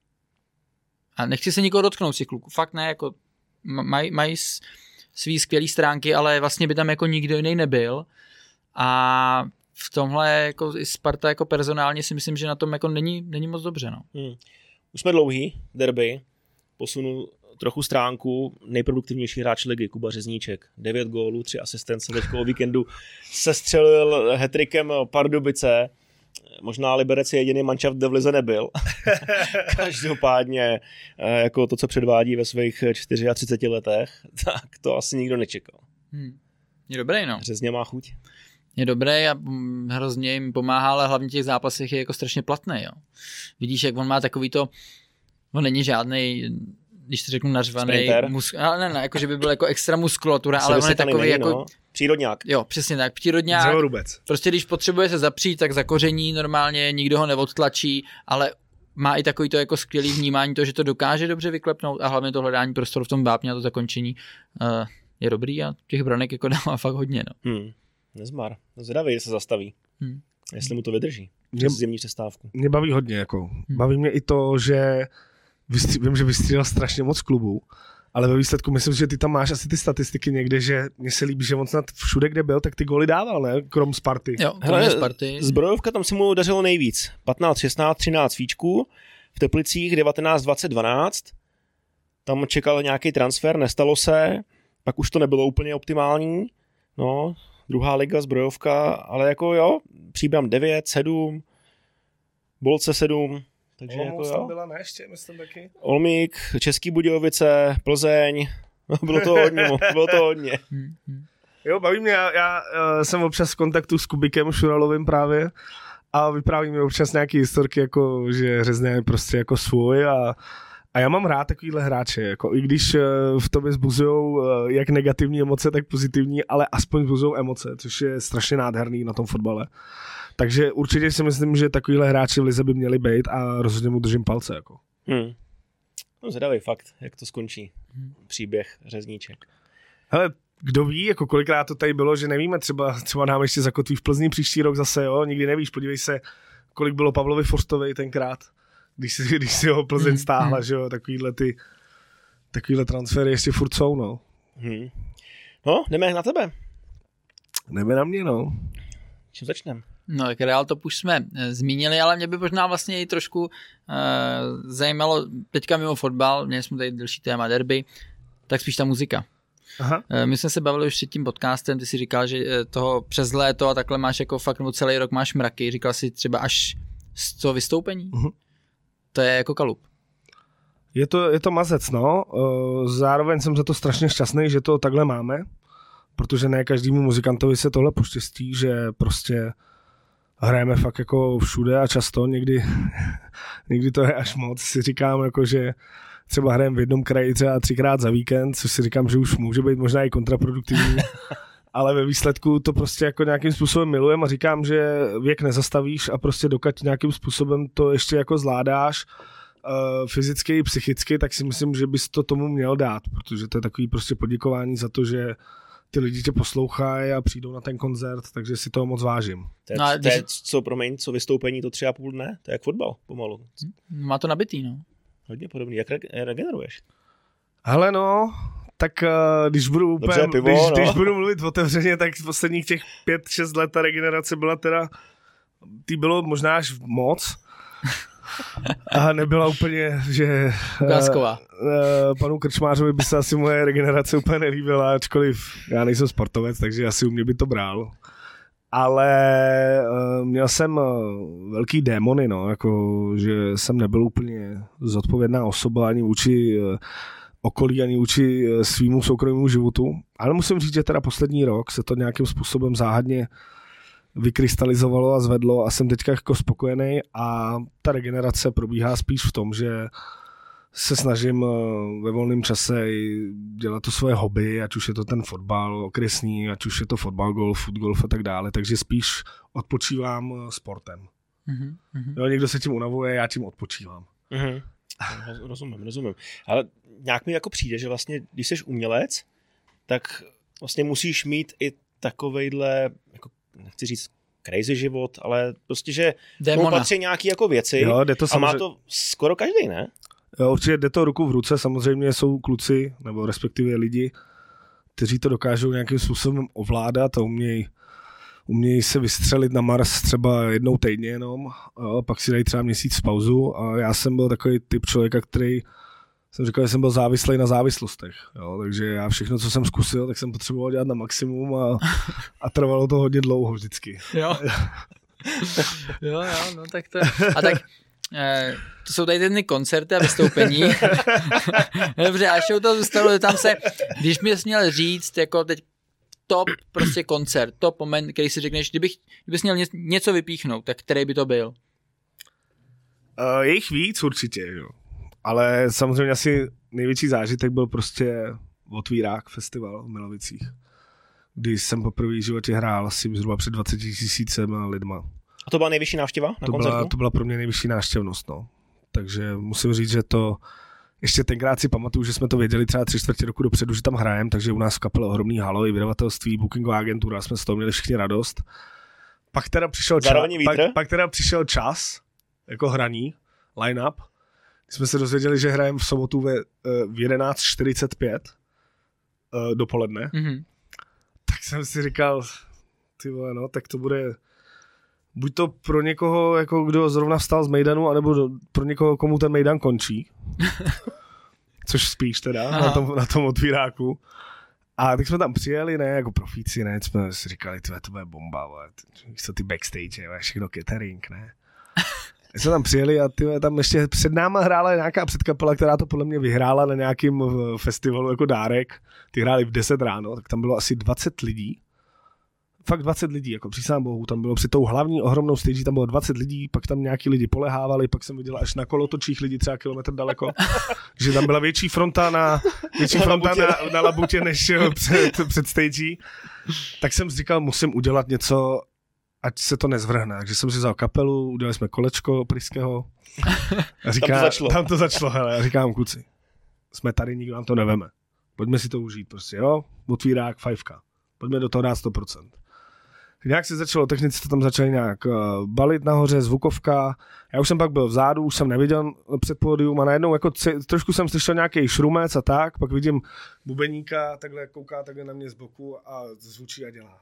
A nechci se nikoho dotknout si kluků, fakt ne, jako mají svý skvělý stránky, ale vlastně by tam jako nikdo jiný nebyl a v tomhle jako i Sparta jako personálně si myslím, že na tom jako není moc dobře, no. Už jsme dlouhý, derby, posunu trochu stránku, nejproduktivnější hráč ligy, Kuba Řezníček. 9 gólů, 3 asistence, teďko o víkendu se střelil hat-trickem Pardubice. Možná Liberec je jediný manšaft, kde v lize nebyl. Každopádně jako to, co předvádí ve svých 34 letech, tak to asi nikdo nečekal. Je dobrý, no. Řezně má chuť. Je dobrý a hrozně jim pomáhá, ale hlavně v těch zápasech je jako strašně platný, jo. Vidíš, jak on má takový to, on není žádnej, když to řeknu nařvaný, ne, jako že by byl jako extra muskulatura, ale on je takový není, jako... No. Přírodňák. Jo, přesně tak, přírodňák. Dřevorubec. Prostě když potřebuje se zapřít, tak zakoření normálně, nikdo ho neodtlačí, ale má i takový to jako skvělý vnímání, to, že to dokáže dobře vyklepnout a hlavně to hledání prostoru v tom vápně a to zakončení je dobrý a těch branek jako dává fakt hodně, no. Nezmar. Zvědavý, se zastaví. Jestli mu to vydrží. Zimní přestávku. Mě baví hodně, jako. Baví mě i to, že vím, že vystřídal strašně moc klubů, ale ve výsledku myslím, že ty tam máš asi ty statistiky někde, že mně se líbí, že on snad všude, kde byl, tak ty góly dával, ne? Krom Sparty. Jo, kromě Sparty. Zbrojovka tam si mu dařilo nejvíc. 15, 16, 13 víčků. V Teplicích 19, 20, 12. Tam čekal nějaký transfer, nestalo se. Pak už to nebylo úplně optimální. No, druhá liga, Zbrojovka, ale jako jo, Příbram 9, 7, Bolce 7, takže jako jo. Byla ne, ještě, myslím taky. Olmík, Český Budějovice, Plzeň, bylo to hodně. Jo, baví mě, já jsem občas v kontaktu s Kubikem Šuralovým právě a vypráví mi občas nějaký historky, jako, že Řezně je prostě jako svůj a já mám rád takovýhle hráče, jako, i když v tobě zbuzujou jak negativní emoce, tak pozitivní, ale aspoň zbuzujou emoce, což je strašně nádherný na tom fotbale. Takže určitě si myslím, že takovýhle hráči v lize by měli být a rozhodně mu držím palce. Jako. No zvědavý fakt, jak to skončí. Příběh Řezníček. Hele, kdo ví, jako kolikrát to tady bylo, že nevíme, třeba nám ještě zakotví v Plzni příští rok zase, jo, nikdy nevíš, podívej se, kolik bylo Pavlovi Forstovi tenkrát, když si ho Plzeň stáhla, že jo, takovýhle transfery ještě furt jsou, no. No, jdeme na tebe. Jdeme na mě, no. Čím začneme? No, tak Real Top už jsme zmínili, ale mě by možná vlastně i trošku zajímalo, teďka mimo fotbal, měli jsme tady delší téma derby, tak spíš ta muzika. Aha. My jsme se bavili už před tím podcastem, ty si říkal, že toho přes léto a takhle máš jako fakt, nebo celý rok máš mraky, říkal si třeba až 100 vystoupení. To je jako kalup. Je to mazec, no. Zároveň jsem za to strašně šťastný, že to takhle máme, protože ne každému muzikantovi se tohle poštěstí, že prostě hrajeme fakt jako všude a často, někdy to je až moc. Si říkám, jako, že třeba hrajeme v jednom kraji třeba 3krát za víkend, což si říkám, že už může být možná i kontraproduktivní, ale ve výsledku to prostě jako nějakým způsobem milujem a říkám, že věk nezastavíš a prostě dokud nějakým způsobem to ještě jako zvládáš fyzicky i psychicky, tak si myslím, že bys to tomu měl dát, protože to je takový prostě poděkování za to, že ty lidi tě poslouchají a přijdou na ten koncert, takže si toho moc vážím. To je co vystoupení, to 3,5 dne? To je jak fotbal, pomalu. Má to nabitý, no. Hodně podobný. Jak regeneruješ? Hele no, tak když budu budu mluvit otevřeně, tak z posledních těch 5-6 let ta regenerace byla teda, bylo možná až moc. A nebyla úplně, že panu Krčmářovi by se asi moje regenerace úplně nelíbila, ačkoliv já nejsem sportovec, takže asi u mě by to bral. Ale měl jsem velký démony, no, jako, že jsem nebyl úplně zodpovědná osoba ani vůči okolí, ani vůči svýmu soukromému životu. Ale musím říct, že teda poslední rok se to nějakým způsobem záhadně vykrystalizovalo a zvedlo a jsem teďka jako spokojený a ta regenerace probíhá spíš v tom, že se snažím ve volném čase dělat to svoje hobby, ať už je to ten fotbal okresní, ať už je to fotbal, golf a tak dále, takže spíš odpočívám sportem. Mm-hmm. Jo, někdo se tím unavuje, já tím odpočívám. Mm-hmm. Rozumím. Ale nějak mi jako přijde, že vlastně, když jsi umělec, tak vlastně musíš mít i takovejhle, jako, nechci říct crazy život, ale prostě, že tomu patří nějaký jako věci, jo, a má to skoro každý, ne? Jo, určitě jde to ruku v ruce, samozřejmě jsou kluci, nebo respektive lidi, kteří to dokážou nějakým způsobem ovládat a umějí se vystřelit na Mars třeba jednou týdně jenom, jo, pak si dají třeba měsíc pauzu a já jsem byl takový typ člověka, který jsem říkal, že jsem byl závislý na závislostech, jo, takže já všechno, co jsem zkusil, tak jsem potřeboval dělat na maximum a trvalo to hodně dlouho vždycky. Jo, no tak to a tak to jsou tady ty koncerty a vystoupení. Dobře, až u toho zůstalo, tam se, když mi jsi měl říct, jako teď top prostě koncert, top moment, který si řekneš, kdybys měl něco vypíchnout, tak který by to byl? Je jich víc určitě, jo. Ale samozřejmě asi největší zážitek byl prostě Otvírák festival v Milovicích, kdy jsem poprvé v životě hrál asi zhruba před 20 000 lidma. A to byla nejvyšší návštěva na koncertu? To byla pro mě nejvyšší návštěvnost, no. Takže musím říct, že to ještě tenkrát si pamatuju, že jsme to věděli třeba 3/4 roku dopředu, že tam hrajeme, takže u nás v kapele ohromný halo, i vydavatelství, bookingová agentura, jsme z toho měli všichni radost. Pak teda přišel čas, jako hraní, line-up. Když jsme se dozvěděli, že hrajeme v sobotu v 11:45 dopoledne, tak jsem si říkal, ty vole, no, tak to bude buď to pro někoho, jako kdo zrovna vstal z mejdanu, anebo pro někoho, komu ten mejdan končí. Což spíš teda na tom Otvíráku. A tak jsme tam přijeli, ne, jako profíci, ne, jsme si říkali, to bude bomba, co ty backstage, všechno catering, ne. My jsme tam přijeli a tam ještě před náma hrála nějaká předkapela, která to podle mě vyhrála na nějakým festivalu jako dárek. Ty hráli v 10 ráno, tak tam bylo asi 20 lidí. Fakt 20 lidí, jako přísám bohu, tam bylo při tou hlavní ohromnou stage, tam bylo 20 lidí, pak tam nějaký lidi polehávali, pak jsem viděl až na kolotočích lidí třeba kilometr daleko, že tam byla větší fronta na Labutě než před stage. Tak jsem si říkal, musím udělat něco, ať se to nezvrhne. Takže jsem si vzal kapelu, udělali jsme kolečko Pryského. Tam to začalo, hele, já říkám, kluci, jsme tady, nikdo nám to neveme. Pojďme si to užít, prostě, jo, Otvírák, 5. Pojďme do toho dát 100%. Nějak se začalo, technici to tam začali nějak balit nahoře, zvukovka. Já už jsem pak byl vzadu, už jsem neviděl před pódium a najednou jako trošku jsem slyšel nějaký šrumec a tak, pak vidím bubeníka, takhle kouká takhle na mě z boku a zvučí a dělá.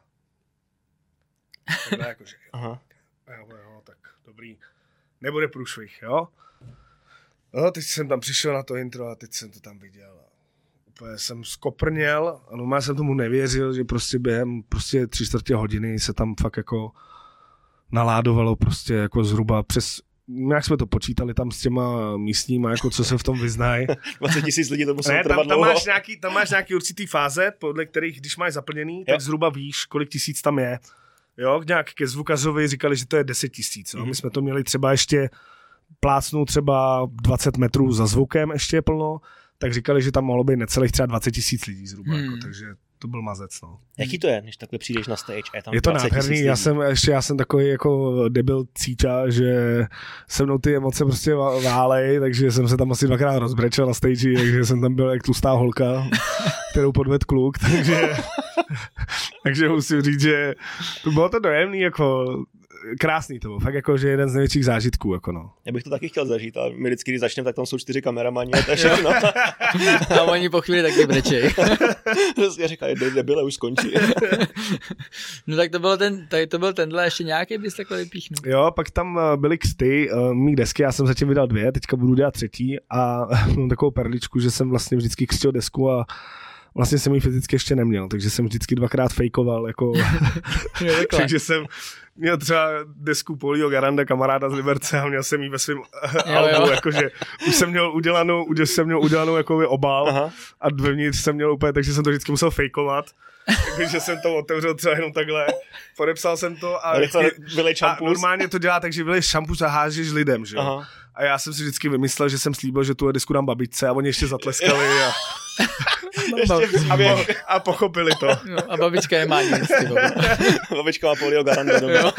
Takhle jakože, jo, tak dobrý. Nebude průšvih, jo. No, teď jsem tam přišel na to intro a teď jsem to tam viděl. Úplně jsem skoprněl a normálně jsem tomu nevěřil, že prostě během 3/4 hodiny se tam fakt jako naládovalo prostě jako zhruba přes, jak jsme to počítali tam s těma místníma, jako co se v tom vyznají. 20 000 lidí to muselo trvat dlouho. Tam máš nějaký určitý fáze, podle kterých, když máš zaplněný, tak zhruba víš, kolik tisíc tam je. Jo, nějak ke zvukařovi říkali, že to je 10 000. My jsme to měli třeba ještě plácnout třeba 20 metrů za zvukem ještě plno, tak říkali, že tam mohlo být necelých třeba 20 000 lidí zhruba, jako, takže to byl mazec, no. Jaký to je, když takhle přijdeš na stage a je tam je to nádherný, já jsem takový jako debil cíča, že se mnou ty emoce prostě válej, takže jsem se tam asi 2krát rozbrečel na stage, takže jsem tam byl jak tlustá holka, kterou podvedl kluk, takže musím říct, že to bylo to dojemný, jako krásný to bylo, fakt jako, že jeden z největších zážitků, jako no. Já bych to taky chtěl zažít, ale my vždycky, když začneme, tak tam jsou 4 kameramani a to je všechno. A oni po chvíli taky brečej. Já říkám, debile, už skončí. No tak to byl tenhle, ještě nějaký bys takhle vypíchnul. Jo, pak tam byly ksty, mý desky, já jsem zatím vydal 2, teďka budu dělat 3. a mám takovou perličku, že jsem vlastně vždycky křtil desku a vlastně jsem ji fyzicky ještě neměl, takže jsem vždycky 2krát fejkoval, jako takže jsem měl třeba desku Polího Garanda, kamaráda z Liberce a měl jsem ji ve svém albu, jakože už jsem měl udělanou jako obal. Aha. A vevnitř jsem měl úplně, takže jsem to vždycky musel fejkovat. Takže jsem to otevřel třeba jenom takhle, podepsal jsem to a normálně to dělá tak, že vylejš šampus a hážeš lidem, že jo. Aha. A já jsem si vždycky vymyslel, že jsem slíbil, že tu disku dám babičce a oni ještě zatleskali a pochopili to. No, a babička nemá nic. Babička má Polího Garanda doma.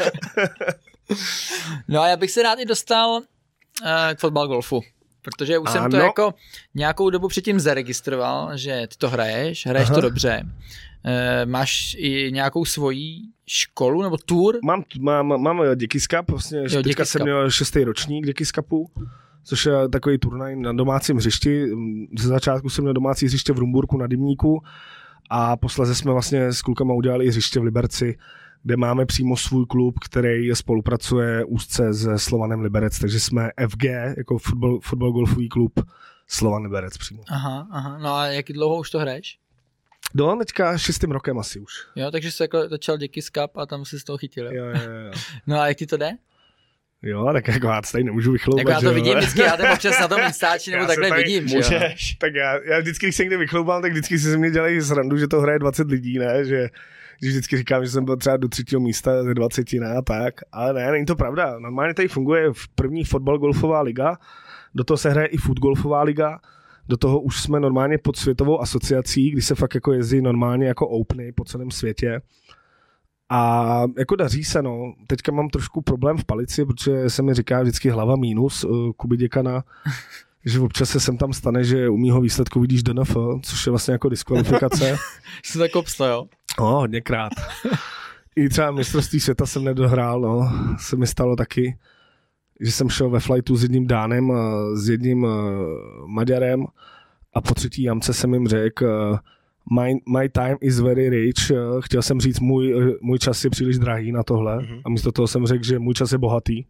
No a já bych se rád i dostal k fotbal golfu. Protože už jsem to jako nějakou dobu předtím zaregistroval, že ty to hraješ to dobře. Máš i nějakou svoji školu nebo tour? Mám Dickies Cup, vlastně teďka jsem měl 6. ročník Dickies Cupu, což je takový turnaj na domácím hřišti. Ze začátku jsem měl domácí hřiště v Rumburku na Dybníku a posléze jsme vlastně s klukama udělali hřiště v Liberci, kde máme přímo svůj klub, který spolupracuje úzce se Slovanem Liberec, takže jsme FG, jako fotbal golfový klub Slovan Liberec přímo. Aha, no a jak dlouho už to hraješ? No, teďka 6. rokem asi už. Jo, takže jsi jako začal Dickies Cup a tam jsi z toho chytil. Jo. No a jak ti to jde? Jo, tak jako já tady nemůžu vychloubat. Jako já to vidím vždycky, já tam občas na tom Instači nebo takhle tady vidím. Můžeš. Tak já vždycky, když se někde vychloubám, tak vždycky si ze mě dělají srandu, že to hraje 20 lidí, ne, že vždycky říkám, že jsem byl třeba do 3. místa ze 20, ne, a tak, ale ne, není to pravda. Normálně tady funguje v první fotbal golfová liga, do toho se hraje i foot golfová liga, do toho už jsme normálně pod světovou asociací, kdy se fakt jako jezdí normálně jako openy po celém světě. A jako daří se, no. Teďka mám trošku problém v palici, protože se mi říká vždycky hlava mínus Kuby děkana, že občas se sem tam stane, že u mýho výsledku vidíš DNF, což je vlastně jako diskvalifikace. Jsi tak obsta, jo? No, hodněkrát. I třeba mistrovství světa jsem nedohrál, no. Se mi stalo taky, že jsem šel ve flightu s jedním Dánem, s jedním Maďarem a po 3. jamce jsem jim řekl, my time is very rich. Chtěl jsem říct, můj čas je příliš drahý na tohle. Mm-hmm. A místo toho jsem řekl, že můj čas je bohatý.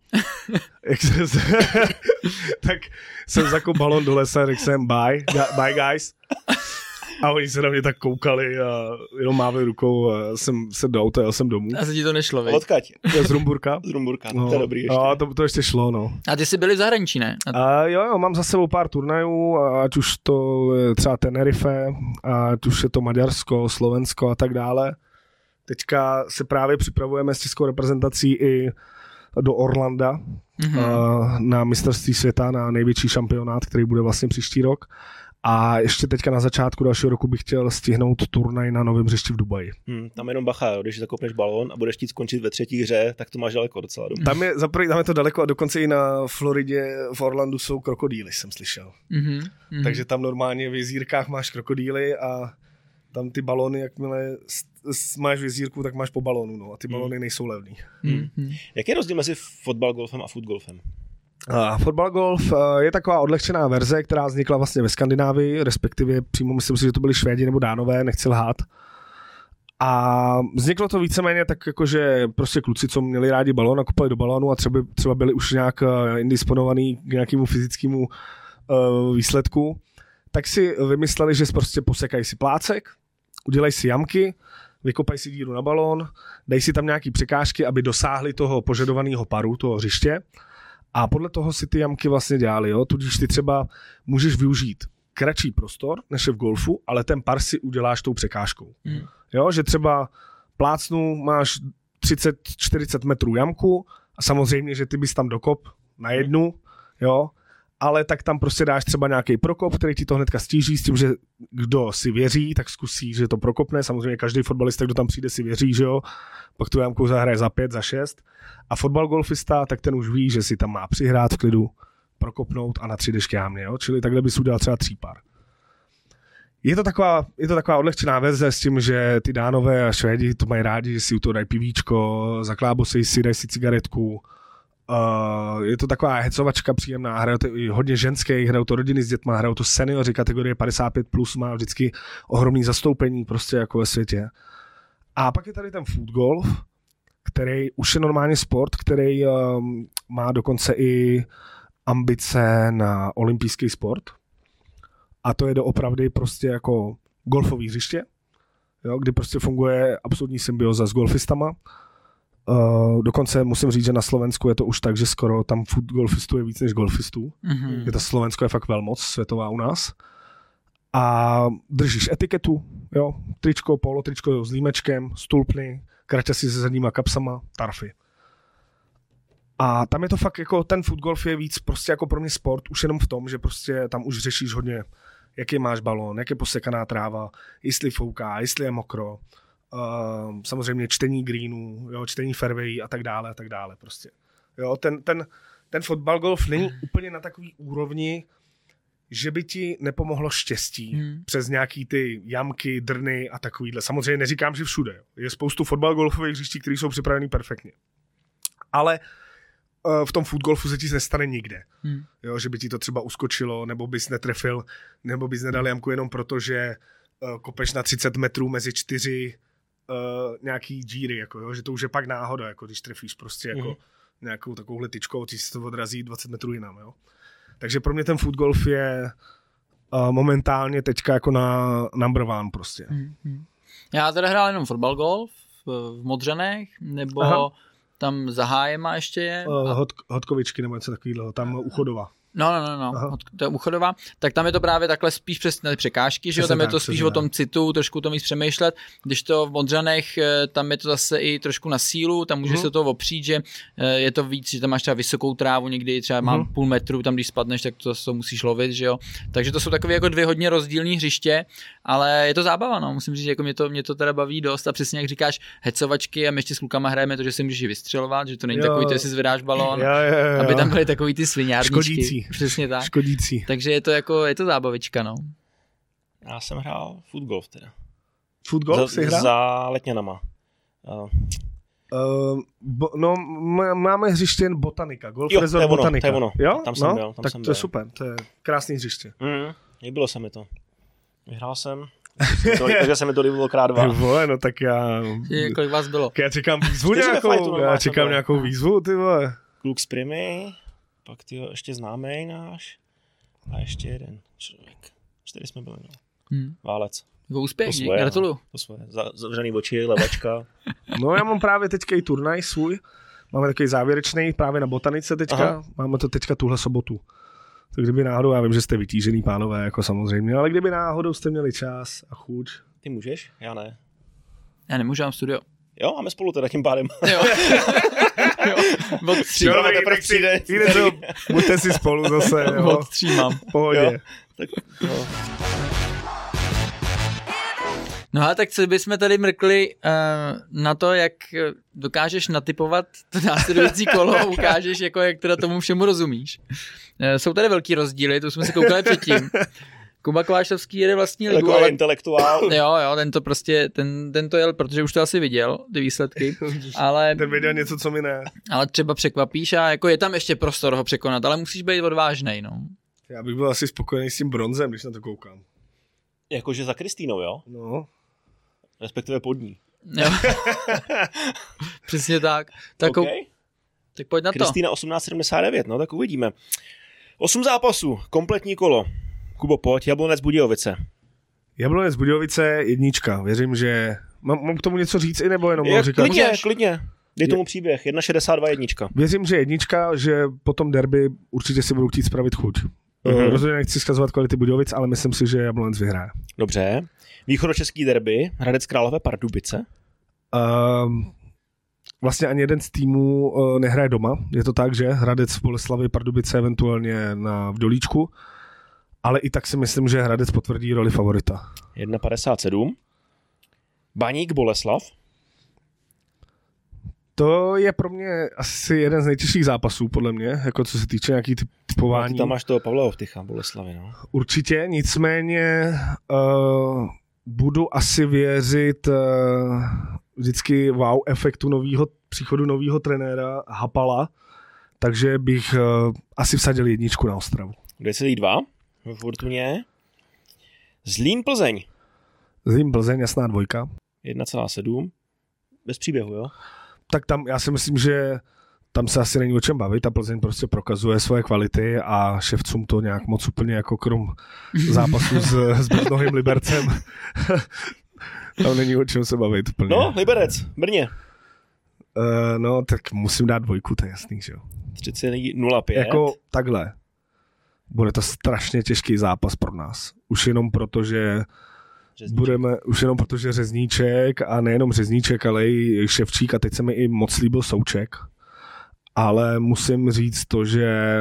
Tak jsem zakop balon do lesa, řekl jsem bye guys. A oni se na mě tak koukali a jenom mávali rukou a jsem se do auta, jel jsem domů. A se ti to nešlo, viď? Odkaď? Z Rumburka. Z Rumburka, no, to je dobrý ještě. No, to ještě šlo, no. A ty jsi byli v zahraničí, ne? Jo, mám za sebou pár turnajů, ať už to je třeba Tenerife, ať už je to Maďarsko, Slovensko a tak dále. Teďka se právě připravujeme s českou reprezentací i do Orlanda na mistrovství světa, na největší šampionát, který bude vlastně příští rok. A ještě teďka na začátku dalšího roku bych chtěl stihnout turnaj na novém hřišti v Dubaji. Tam jenom bacha, jo. Když zakopneš balón a budeš chtít skončit ve 3. hře, tak to máš daleko docela domů. Tam je to daleko a dokonce i na Floridě v Orlandu jsou krokodýly, jsem slyšel. Takže tam normálně v jezírkách máš krokodýly a tam ty balóny, jakmile máš v jezírku, tak máš po balónu, no, a ty balóny nejsou levný. Jaký je rozdíl mezi fotbal golfem a foot golfem? Fotbal golf je taková odlehčená verze, která vznikla vlastně ve Skandinávii, respektive přímo myslím si, že to byli Švédi nebo Dánové, nechci lhát. A vzniklo to víceméně tak, jakože prostě kluci, co měli rádi balón a kopali do balónu a třeba byli už nějak indisponovaný k nějakému fyzickému výsledku, tak si vymysleli, že prostě posekají si plácek, udělají si jamky, vykopají si díru na balón, dají si tam nějaký překážky, aby dosáhli toho požadovaného paru, toho hřiště. A podle toho si ty jamky vlastně dělali, jo? Tudíž ty třeba můžeš využít kratší prostor, než je v golfu, ale ten par si uděláš tou překážkou. Jo? Že třeba plácnu, máš 30-40 metrů jamku a samozřejmě, že ty bys tam dokop na jednu, jo? Ale tak tam prostě dáš třeba nějaký prokop, který ti to hnedka stíží s tím, že kdo si věří, tak zkusí, že to prokopne. Samozřejmě každý fotbalista, kdo tam přijde, si věří, že jo. Pak tu jamku zahraje za 5, za 6. A fotbal golfista, tak ten už ví, že si tam má přihrát v klidu, prokopnout a na 3 dešky jámě, jo. Čili takhle bys udělal třeba 3 par. Je to taková odlehčená verze s tím, že ty Dánové a Švédi to mají rádi, že si u toho dají pivíčko, zaklábosejí si, dají si cigaretku. Je to taková hecovačka příjemná, hrajou to i hodně ženské, hrajou to rodiny s dětma, hrajou to seniori, kategorie 55+, má vždycky ohromný zastoupení prostě jako ve světě. A pak je tady ten foot golf, který už je normálně sport, který má dokonce i ambice na olympijský sport. A to je doopravdy prostě jako golfový hřiště, jo, kdy prostě funguje absolutní symbioza s golfistama. Dokonce musím říct, že na Slovensku je to už tak, že skoro tam foot golfistů je víc než golfistů. Mm-hmm. To Slovensko je fakt velmoc světová u nás. A držíš etiketu, jo, tričko, polotričko s límečkem, stulpny, kraťasy se zadníma kapsama, tarfy. A tam je to fakt jako, ten foot golf je víc prostě jako pro mě sport, už jenom v tom, že prostě tam už řešíš hodně, jaký máš balón, jak je posekaná tráva, jestli fouká, jestli je mokro, samozřejmě čtení greenů, jo, čtení fairway a tak dále prostě. Jo, ten fotbal golf není úplně na takový úrovni, že by ti nepomohlo štěstí přes nějaký ty jamky, drny a takovýhle. Samozřejmě neříkám, že všude. Je spoustu fotbal golfových hřiští, které jsou připravený perfektně. Ale v tom foot golfu se ti nestane nikde. Jo, že by ti to třeba uskočilo, nebo bys netrefil, nebo bys nedal jamku jenom proto, že kopeš na 30 metrů mezi 4 nějaký díry, jako, jo, že to už je pak náhoda, jako když trefíš prostě jako nějakou takovouhle tyčkou, když se to odrazí 20 metrů jinam. Jo. Takže pro mě ten foot golf je momentálně teďka jako na number one prostě. Já teda hrál jenom fotbal golf v Modřanech, nebo tam za Hájema ještě je. Hodkovičky nebo něco takového, tam u Chodova. No, to je u Chodova. Tak tam je to právě takhle spíš přes překážky, že jo, tam je to spíš o tom citu, trošku to víc přemýšlet, když to v Modřanech, tam je to zase i trošku na sílu, tam můžeš se toho opřít, že je to víc, že tam máš třeba vysokou trávu, někdy třeba mám půl metru, tam když spadneš, tak to musíš lovit, že jo. Takže to jsou takové jako dvě hodně rozdílný hřiště, ale je to zábava, no, musím říct, jako mě to teda baví dost a přesně jak říkáš, hecovačky a my ještě s klukama hrajeme to, že si můžeš vystřelovat, že to není takový, to, že si zvedáš balón, aby tam byly takový ty sviňárničky. Přesně tak. Škodící. Takže je to zábavička, no. Já jsem hrál foot golf teda. Foot golf jsi hrál? Za Letňanama. No, máme hřiště jen Botanika. Golf resort Botanika. To je ono. Jo? Tam jsem byl. Tak to je super. To je krásný hřiště. Líbilo se mi to. Vyhrál jsem. Takže se mi to líbilo krát 2. Vole, no tak já... Kolik vás bylo? Já čekám výzvu nějakou. Já čekám nějakou výzvu, ty vole. Kluk z Primy. Pak ty ještě známej náš a ještě jeden člověk. 4 jsme byli, no. Válec. Úspěch, gratuluju. To svoje, zavřený oči, levačka. No já mám právě teďka i turnaj svůj. Máme takový závěrečný právě na Botanice teďka. Aha. Máme to teďka tuhle sobotu. Tak kdyby náhodou, já vím, že jste vytížený pánové, jako samozřejmě, ale kdyby náhodou jste měli čas a chuť. Ty můžeš? Já ne. Já nemůžu, mám studio. Jo, máme spolu teda tím pádem. Jo. Od 3. Buďte si spolu zase. Jo. Od 3 mám. Pohodě. Tak, no. No a tak co bychom tady mrkli na to, jak dokážeš natypovat to následující kolo, ukážeš, jako, jak teda tomu všemu rozumíš. Jsou tady velký rozdíly, to jsme si koukali předtím. Kuba Kováčovský jede vlastní ligu, ale intelektuál. Jo, ten to prostě, ten to jel, protože už to asi viděl, ty výsledky. Ale ten viděl něco, co mi ne. Ale třeba překvapíš a jako je tam ještě prostor ho překonat, ale musíš být odvážnej, no. Já bych byl asi spokojený s tím bronzem, když na to koukám. Jakože za Kristýnou, jo? No. Respektive pod ní. Jo. Přesně tak. Okay. Tak pojď na to. Kristýna 1879, no tak uvidíme. 8 zápasů, kompletní kolo. Kubo, pojď, Jablonec Budějovice. Jablonec Budějovice, 1. Věřím, že... Mám k tomu něco říct i nebo jenom říkat? Klidně. Dej tomu příběh. 1,62 1. Věřím, že 1, že po tom derby určitě si budou chtít spravit chuť. Rozhodně nechci zkazovat kvality Budějovic, ale myslím si, že Jablonec vyhraje. Dobře. Východočeský derby, Hradec Králové Pardubice. Vlastně ani jeden z týmů nehraje doma. Je to tak, že Hradec v Boleslavi, Pardubice eventuálně v Dolíčku. Ale i tak si myslím, že Hradec potvrdí roli favorita. 1,57. Baník Boleslav. To je pro mě asi jeden z nejtěžších zápasů, podle mě, jako co se týče nějaký typování. No, tam máš toho Pavla Ovtycha, Boleslavy, no. Určitě, nicméně budu asi věřit vždycky wow efektu příchodu nového trenéra Hapala, takže bych asi vsadil 1 na Ostravu. 2,2 v Fortuně. Zlín Plzeň. Zlín Plzeň, jasná 2. 1,7. Bez příběhu, jo? Tak tam já si myslím, že tam se asi není o čem bavit, ta Plzeň prostě prokazuje svoje kvality a ševcům to nějak moc úplně jako krom zápasu s beznohým Libercem. Tam není o čem se bavit úplně. No, Liberec, Brně. No, tak musím dát 2, to je jasný, že jo. 3,05. Jako takhle. Bude to strašně těžký zápas pro nás. Už jenom proto, že Řezníček a nejenom Řezníček, ale i Ševčík a teď se mi i moc líbil Souček. Ale musím říct to, že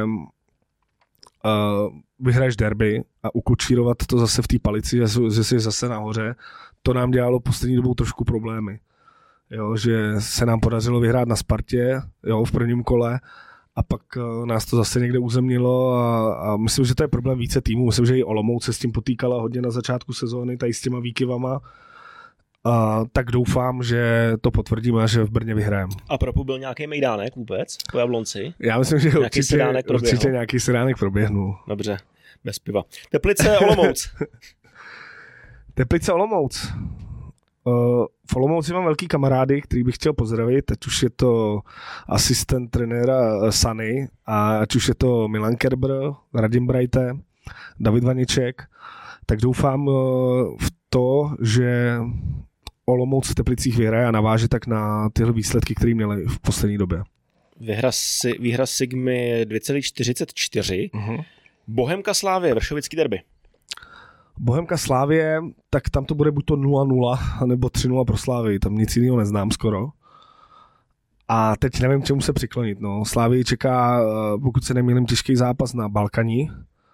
vyhraješ derby a ukočírovat to zase v té palici, že jsi zase nahoře, to nám dělalo poslední dobou trošku problémy. Jo, že se nám podařilo vyhrát na Spartě, jo, v prvním kole a pak nás to zase někde uzemnilo a myslím, že to je problém více týmů. Myslím, že i Olomouc se s tím potýkala hodně na začátku sezóny, tady s těma výkyvama. Tak doufám, že to potvrdíme a že v Brně vyhrajeme. A propu byl nějaký mejdánek vůbec po Jablonci? Já myslím, že určitě nějaký sedánek proběhnul. Dobře, bez piva. Teplice Olomouc. Teplice Olomouc. V Olomouci mám velký kamarády, který bych chtěl pozdravit, ať už je to asistent trenéra Sany, a ať už je to Milan Kerber, Radim Brajte, David Vaniček, tak doufám v to, že Olomouc v Teplicích vyhraje a naváže tak na tyhle výsledky, které měly v poslední době. Výhra Sigmy 2,44. Uh-huh. Bohemka Slávie, Vršovický derby. Bohemka Slávie, tak tam to bude buď to 0-0, nebo 3-0 pro Slávii, tam nic jiného neznám skoro. A teď nevím, čemu se přiklonit. No. Slávii čeká, pokud se nemýlím, těžký zápas na Balkani.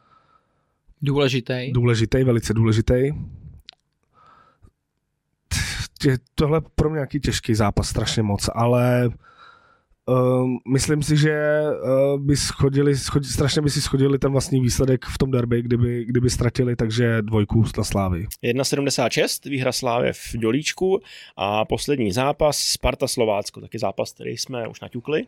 Důležitý, velice důležitý. Tohle pro mě nějaký těžký zápas, strašně moc, ale myslím si, že strašně by si schodili ten vlastní výsledek v tom derby, kdyby ztratili, takže 2 na Slávii. 1,76, výhra Slávie v Dělíčku a poslední zápas Sparta Slovácko, taky zápas, který jsme už naťukli.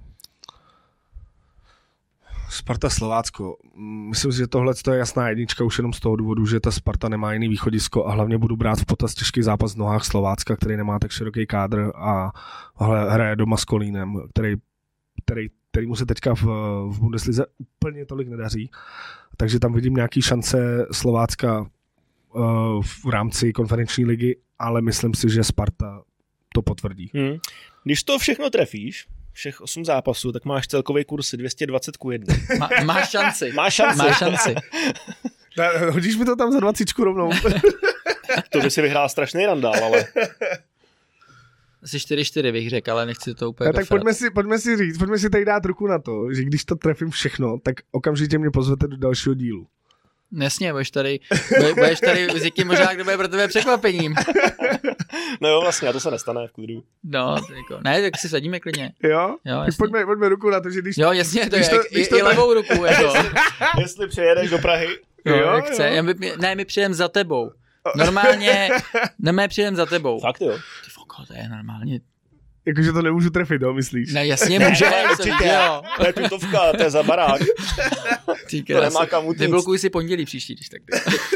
Sparta Slovácko. Myslím si, že tohle je jasná 1 už jenom z toho důvodu, že ta Sparta nemá jiný východisko a hlavně budu brát v potaz těžký zápas v nohách Slovácka, který nemá tak široký kádr a hraje doma s Kolínem, který mu se teďka v Bundeslize úplně tolik nedaří. Takže tam vidím nějaký šance Slovácka v rámci konferenční ligy, ale myslím si, že Sparta to potvrdí. Když to všechno trefíš, všech 8 zápasů, tak máš celkový kurz 220:1. Máš šanci. Máš šanci. Hodíš mi to tam za 20 rovnou. To by si vyhrál strašný randál, ale... Asi 4-4 bych řekl, ale nechci to úplně tak pojďme si tady dát ruku na to, že když to trefím všechno, tak okamžitě mě pozvete do dalšího dílu. Jasně, budeš tady s někým možná, kdo bude pro tebe překvapením. No jo, vlastně, a to se nestane v klidu. No, jako, ne, tak si sadíme klidně. Jo tak pojďme ruku na to, že když... Jo, jasně, to je i levou ruku. Jako. Jestli přijedeš do Prahy. Jo, chce. My přijedeme za tebou. Normálně přijedeme za tebou. Fakt jo. Ty foko, to je normálně... Jakože to nemůžu trefit, jo, myslíš? No jasně může, jo. To je tutovka, to je za barák. To nemá kam utíct. Vyblokuj si pondělí příští, když tak.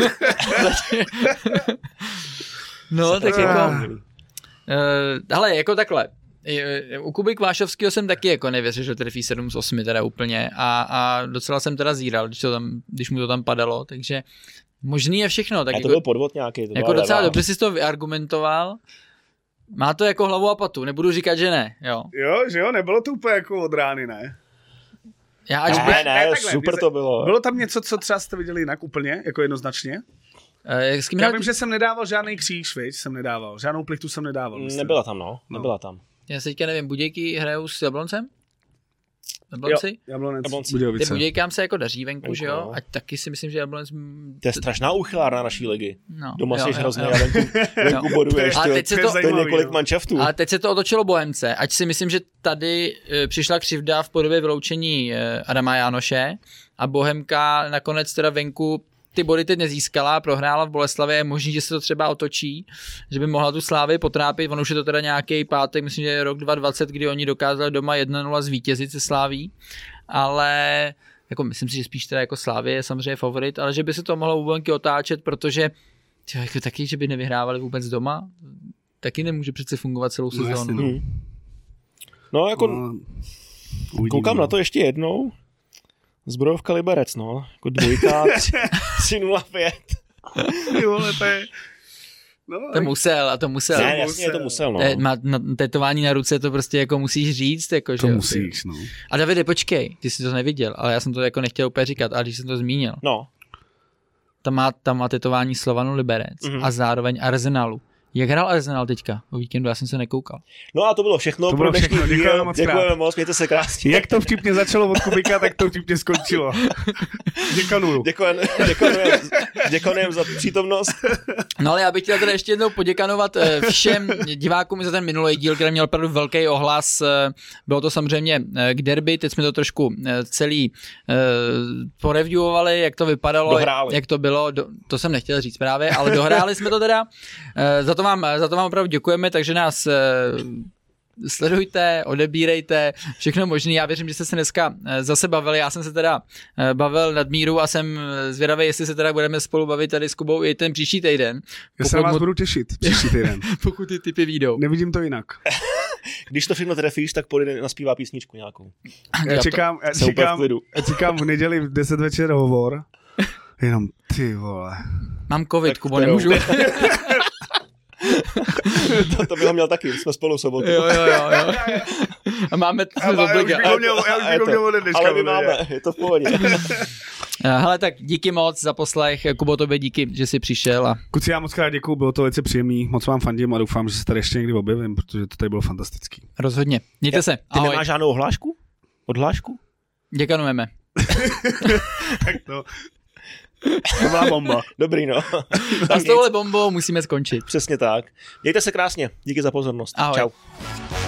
No, tak jako... Hele, jako takhle. U Kuby Kvášovského jsem taky jako nevěřil, že trefí 7 z 8 teda úplně a docela jsem teda zíral, když mu to tam padalo, takže možný je všechno. Tak a to jako, byl podvod nějaký. Jako docela dobře jsi to vyargumentoval. Má to jako hlavu a patu, nebudu říkat, že ne, jo. Jo, že jo, nebylo to úplně jako od rány, ne? Ne, super to bylo. Bylo tam něco, co třeba jste viděli jinak úplně, jako jednoznačně? Já vím, že jsem nedával žádný kříž, viď? Žádnou plichtu jsem nedával. Nebyla tam, no. Nebyla tam. Já se teďka nevím, Budějky hrajou s Jabloncem? Jablonci? Jablonec. Ty Budějkám se jako daří venku, že jo? A taky si myslím, že Jablonec... To je strašná úchylárna naší ligy. No, doma jsi hrozný a venku boduješ. Ale teď se to několik manšaftů. Ale teď se to otočilo Bohemce, ať si myslím, že tady přišla křivda v podobě vyloučení Adama Jánoše a Bohemka nakonec teda venku ty body teď nezískala, prohrála v Boleslavě, je možný, že se to třeba otočí, že by mohla tu Slávy potrápit, ono už je to teda nějaký pátek, myslím, že je rok 2020, kdy oni dokázali doma 1-0 zvítězit se Sláví, ale jako myslím si, že spíš teda jako Slávě je samozřejmě favorit, ale že by se to mohlo u Bohemky otáčet, protože jako taky, že by nevyhrávali vůbec doma, taky nemůže přece fungovat celou sezónu. No jako koukám na to ještě jednou. Zbrojovka Liberec, no. Jako 2, 3-0-5. To musel. Ne, jasně, to musel, no. Má tetování na ruce, to prostě jako musíš říct, jako, to že musíš, no. A Davide, počkej, ty jsi to neviděl, ale já jsem to jako nechtěl úplně říkat, ale když jsem to zmínil. No. Tam má tetování Slovanu Liberec a zároveň Arsenalu. Jak hrál Arsenal teďka o víkendu? Já jsem se nekoukal. No a to bylo všechno. To bylo všechno. Děkujeme moc, mějte se krásně. Jak to vtipně začalo od Kubika, tak to vtipně skončilo. Děkujeme za přítomnost. No ale já bych chtěl teda ještě jednou poděkanovat všem divákům za ten minulý díl, který měl opravdu velký ohlas. Bylo to samozřejmě k derby, teď jsme to trošku celý poreviewovali, jak to vypadalo, dohráli. Jak to bylo. To jsem nechtěl říct právě, ale dohráli jsme to teda. Za to vám opravdu děkujeme, takže nás sledujte, odebírejte, všechno možné. Já věřím, že jste se dneska zase bavili. Já jsem se teda bavil nadmíru a jsem zvědavý, jestli se teda budeme spolu bavit tady s Kubou i ten příští týden. Já se na vás budu těšit příští týden. Pokud ty tipy vyjdou. Nevidím to jinak. Když to všechno trefíš, tak pojde naspívá písničku nějakou. Já čekám v neděli v 10 večer hovor. Jenom ty vole. Mám covid, Kubo, nemůžu. To bych ho měl taky, jsme spolu v sobotu. Jo. A máme to obliga. Ale my máme, je to v pohodě. Hele, tak díky moc za poslech. Kubo, tobě díky, že jsi přišel. A... Kuci, já moc krát děkuju, bylo to velice příjemný. Moc vám fandím a doufám, že se tady ještě někdy objevím, protože to tady bylo fantastický. Rozhodně. Mějte se. Ahoj. Ty nemáš žádnou ohlášku? Odhlášku? Děkanujeme. Tak to byla bomba. Dobrý, no. A s touhle bombou musíme skončit. Přesně tak. Mějte se krásně. Díky za pozornost. Ahoj. Čau.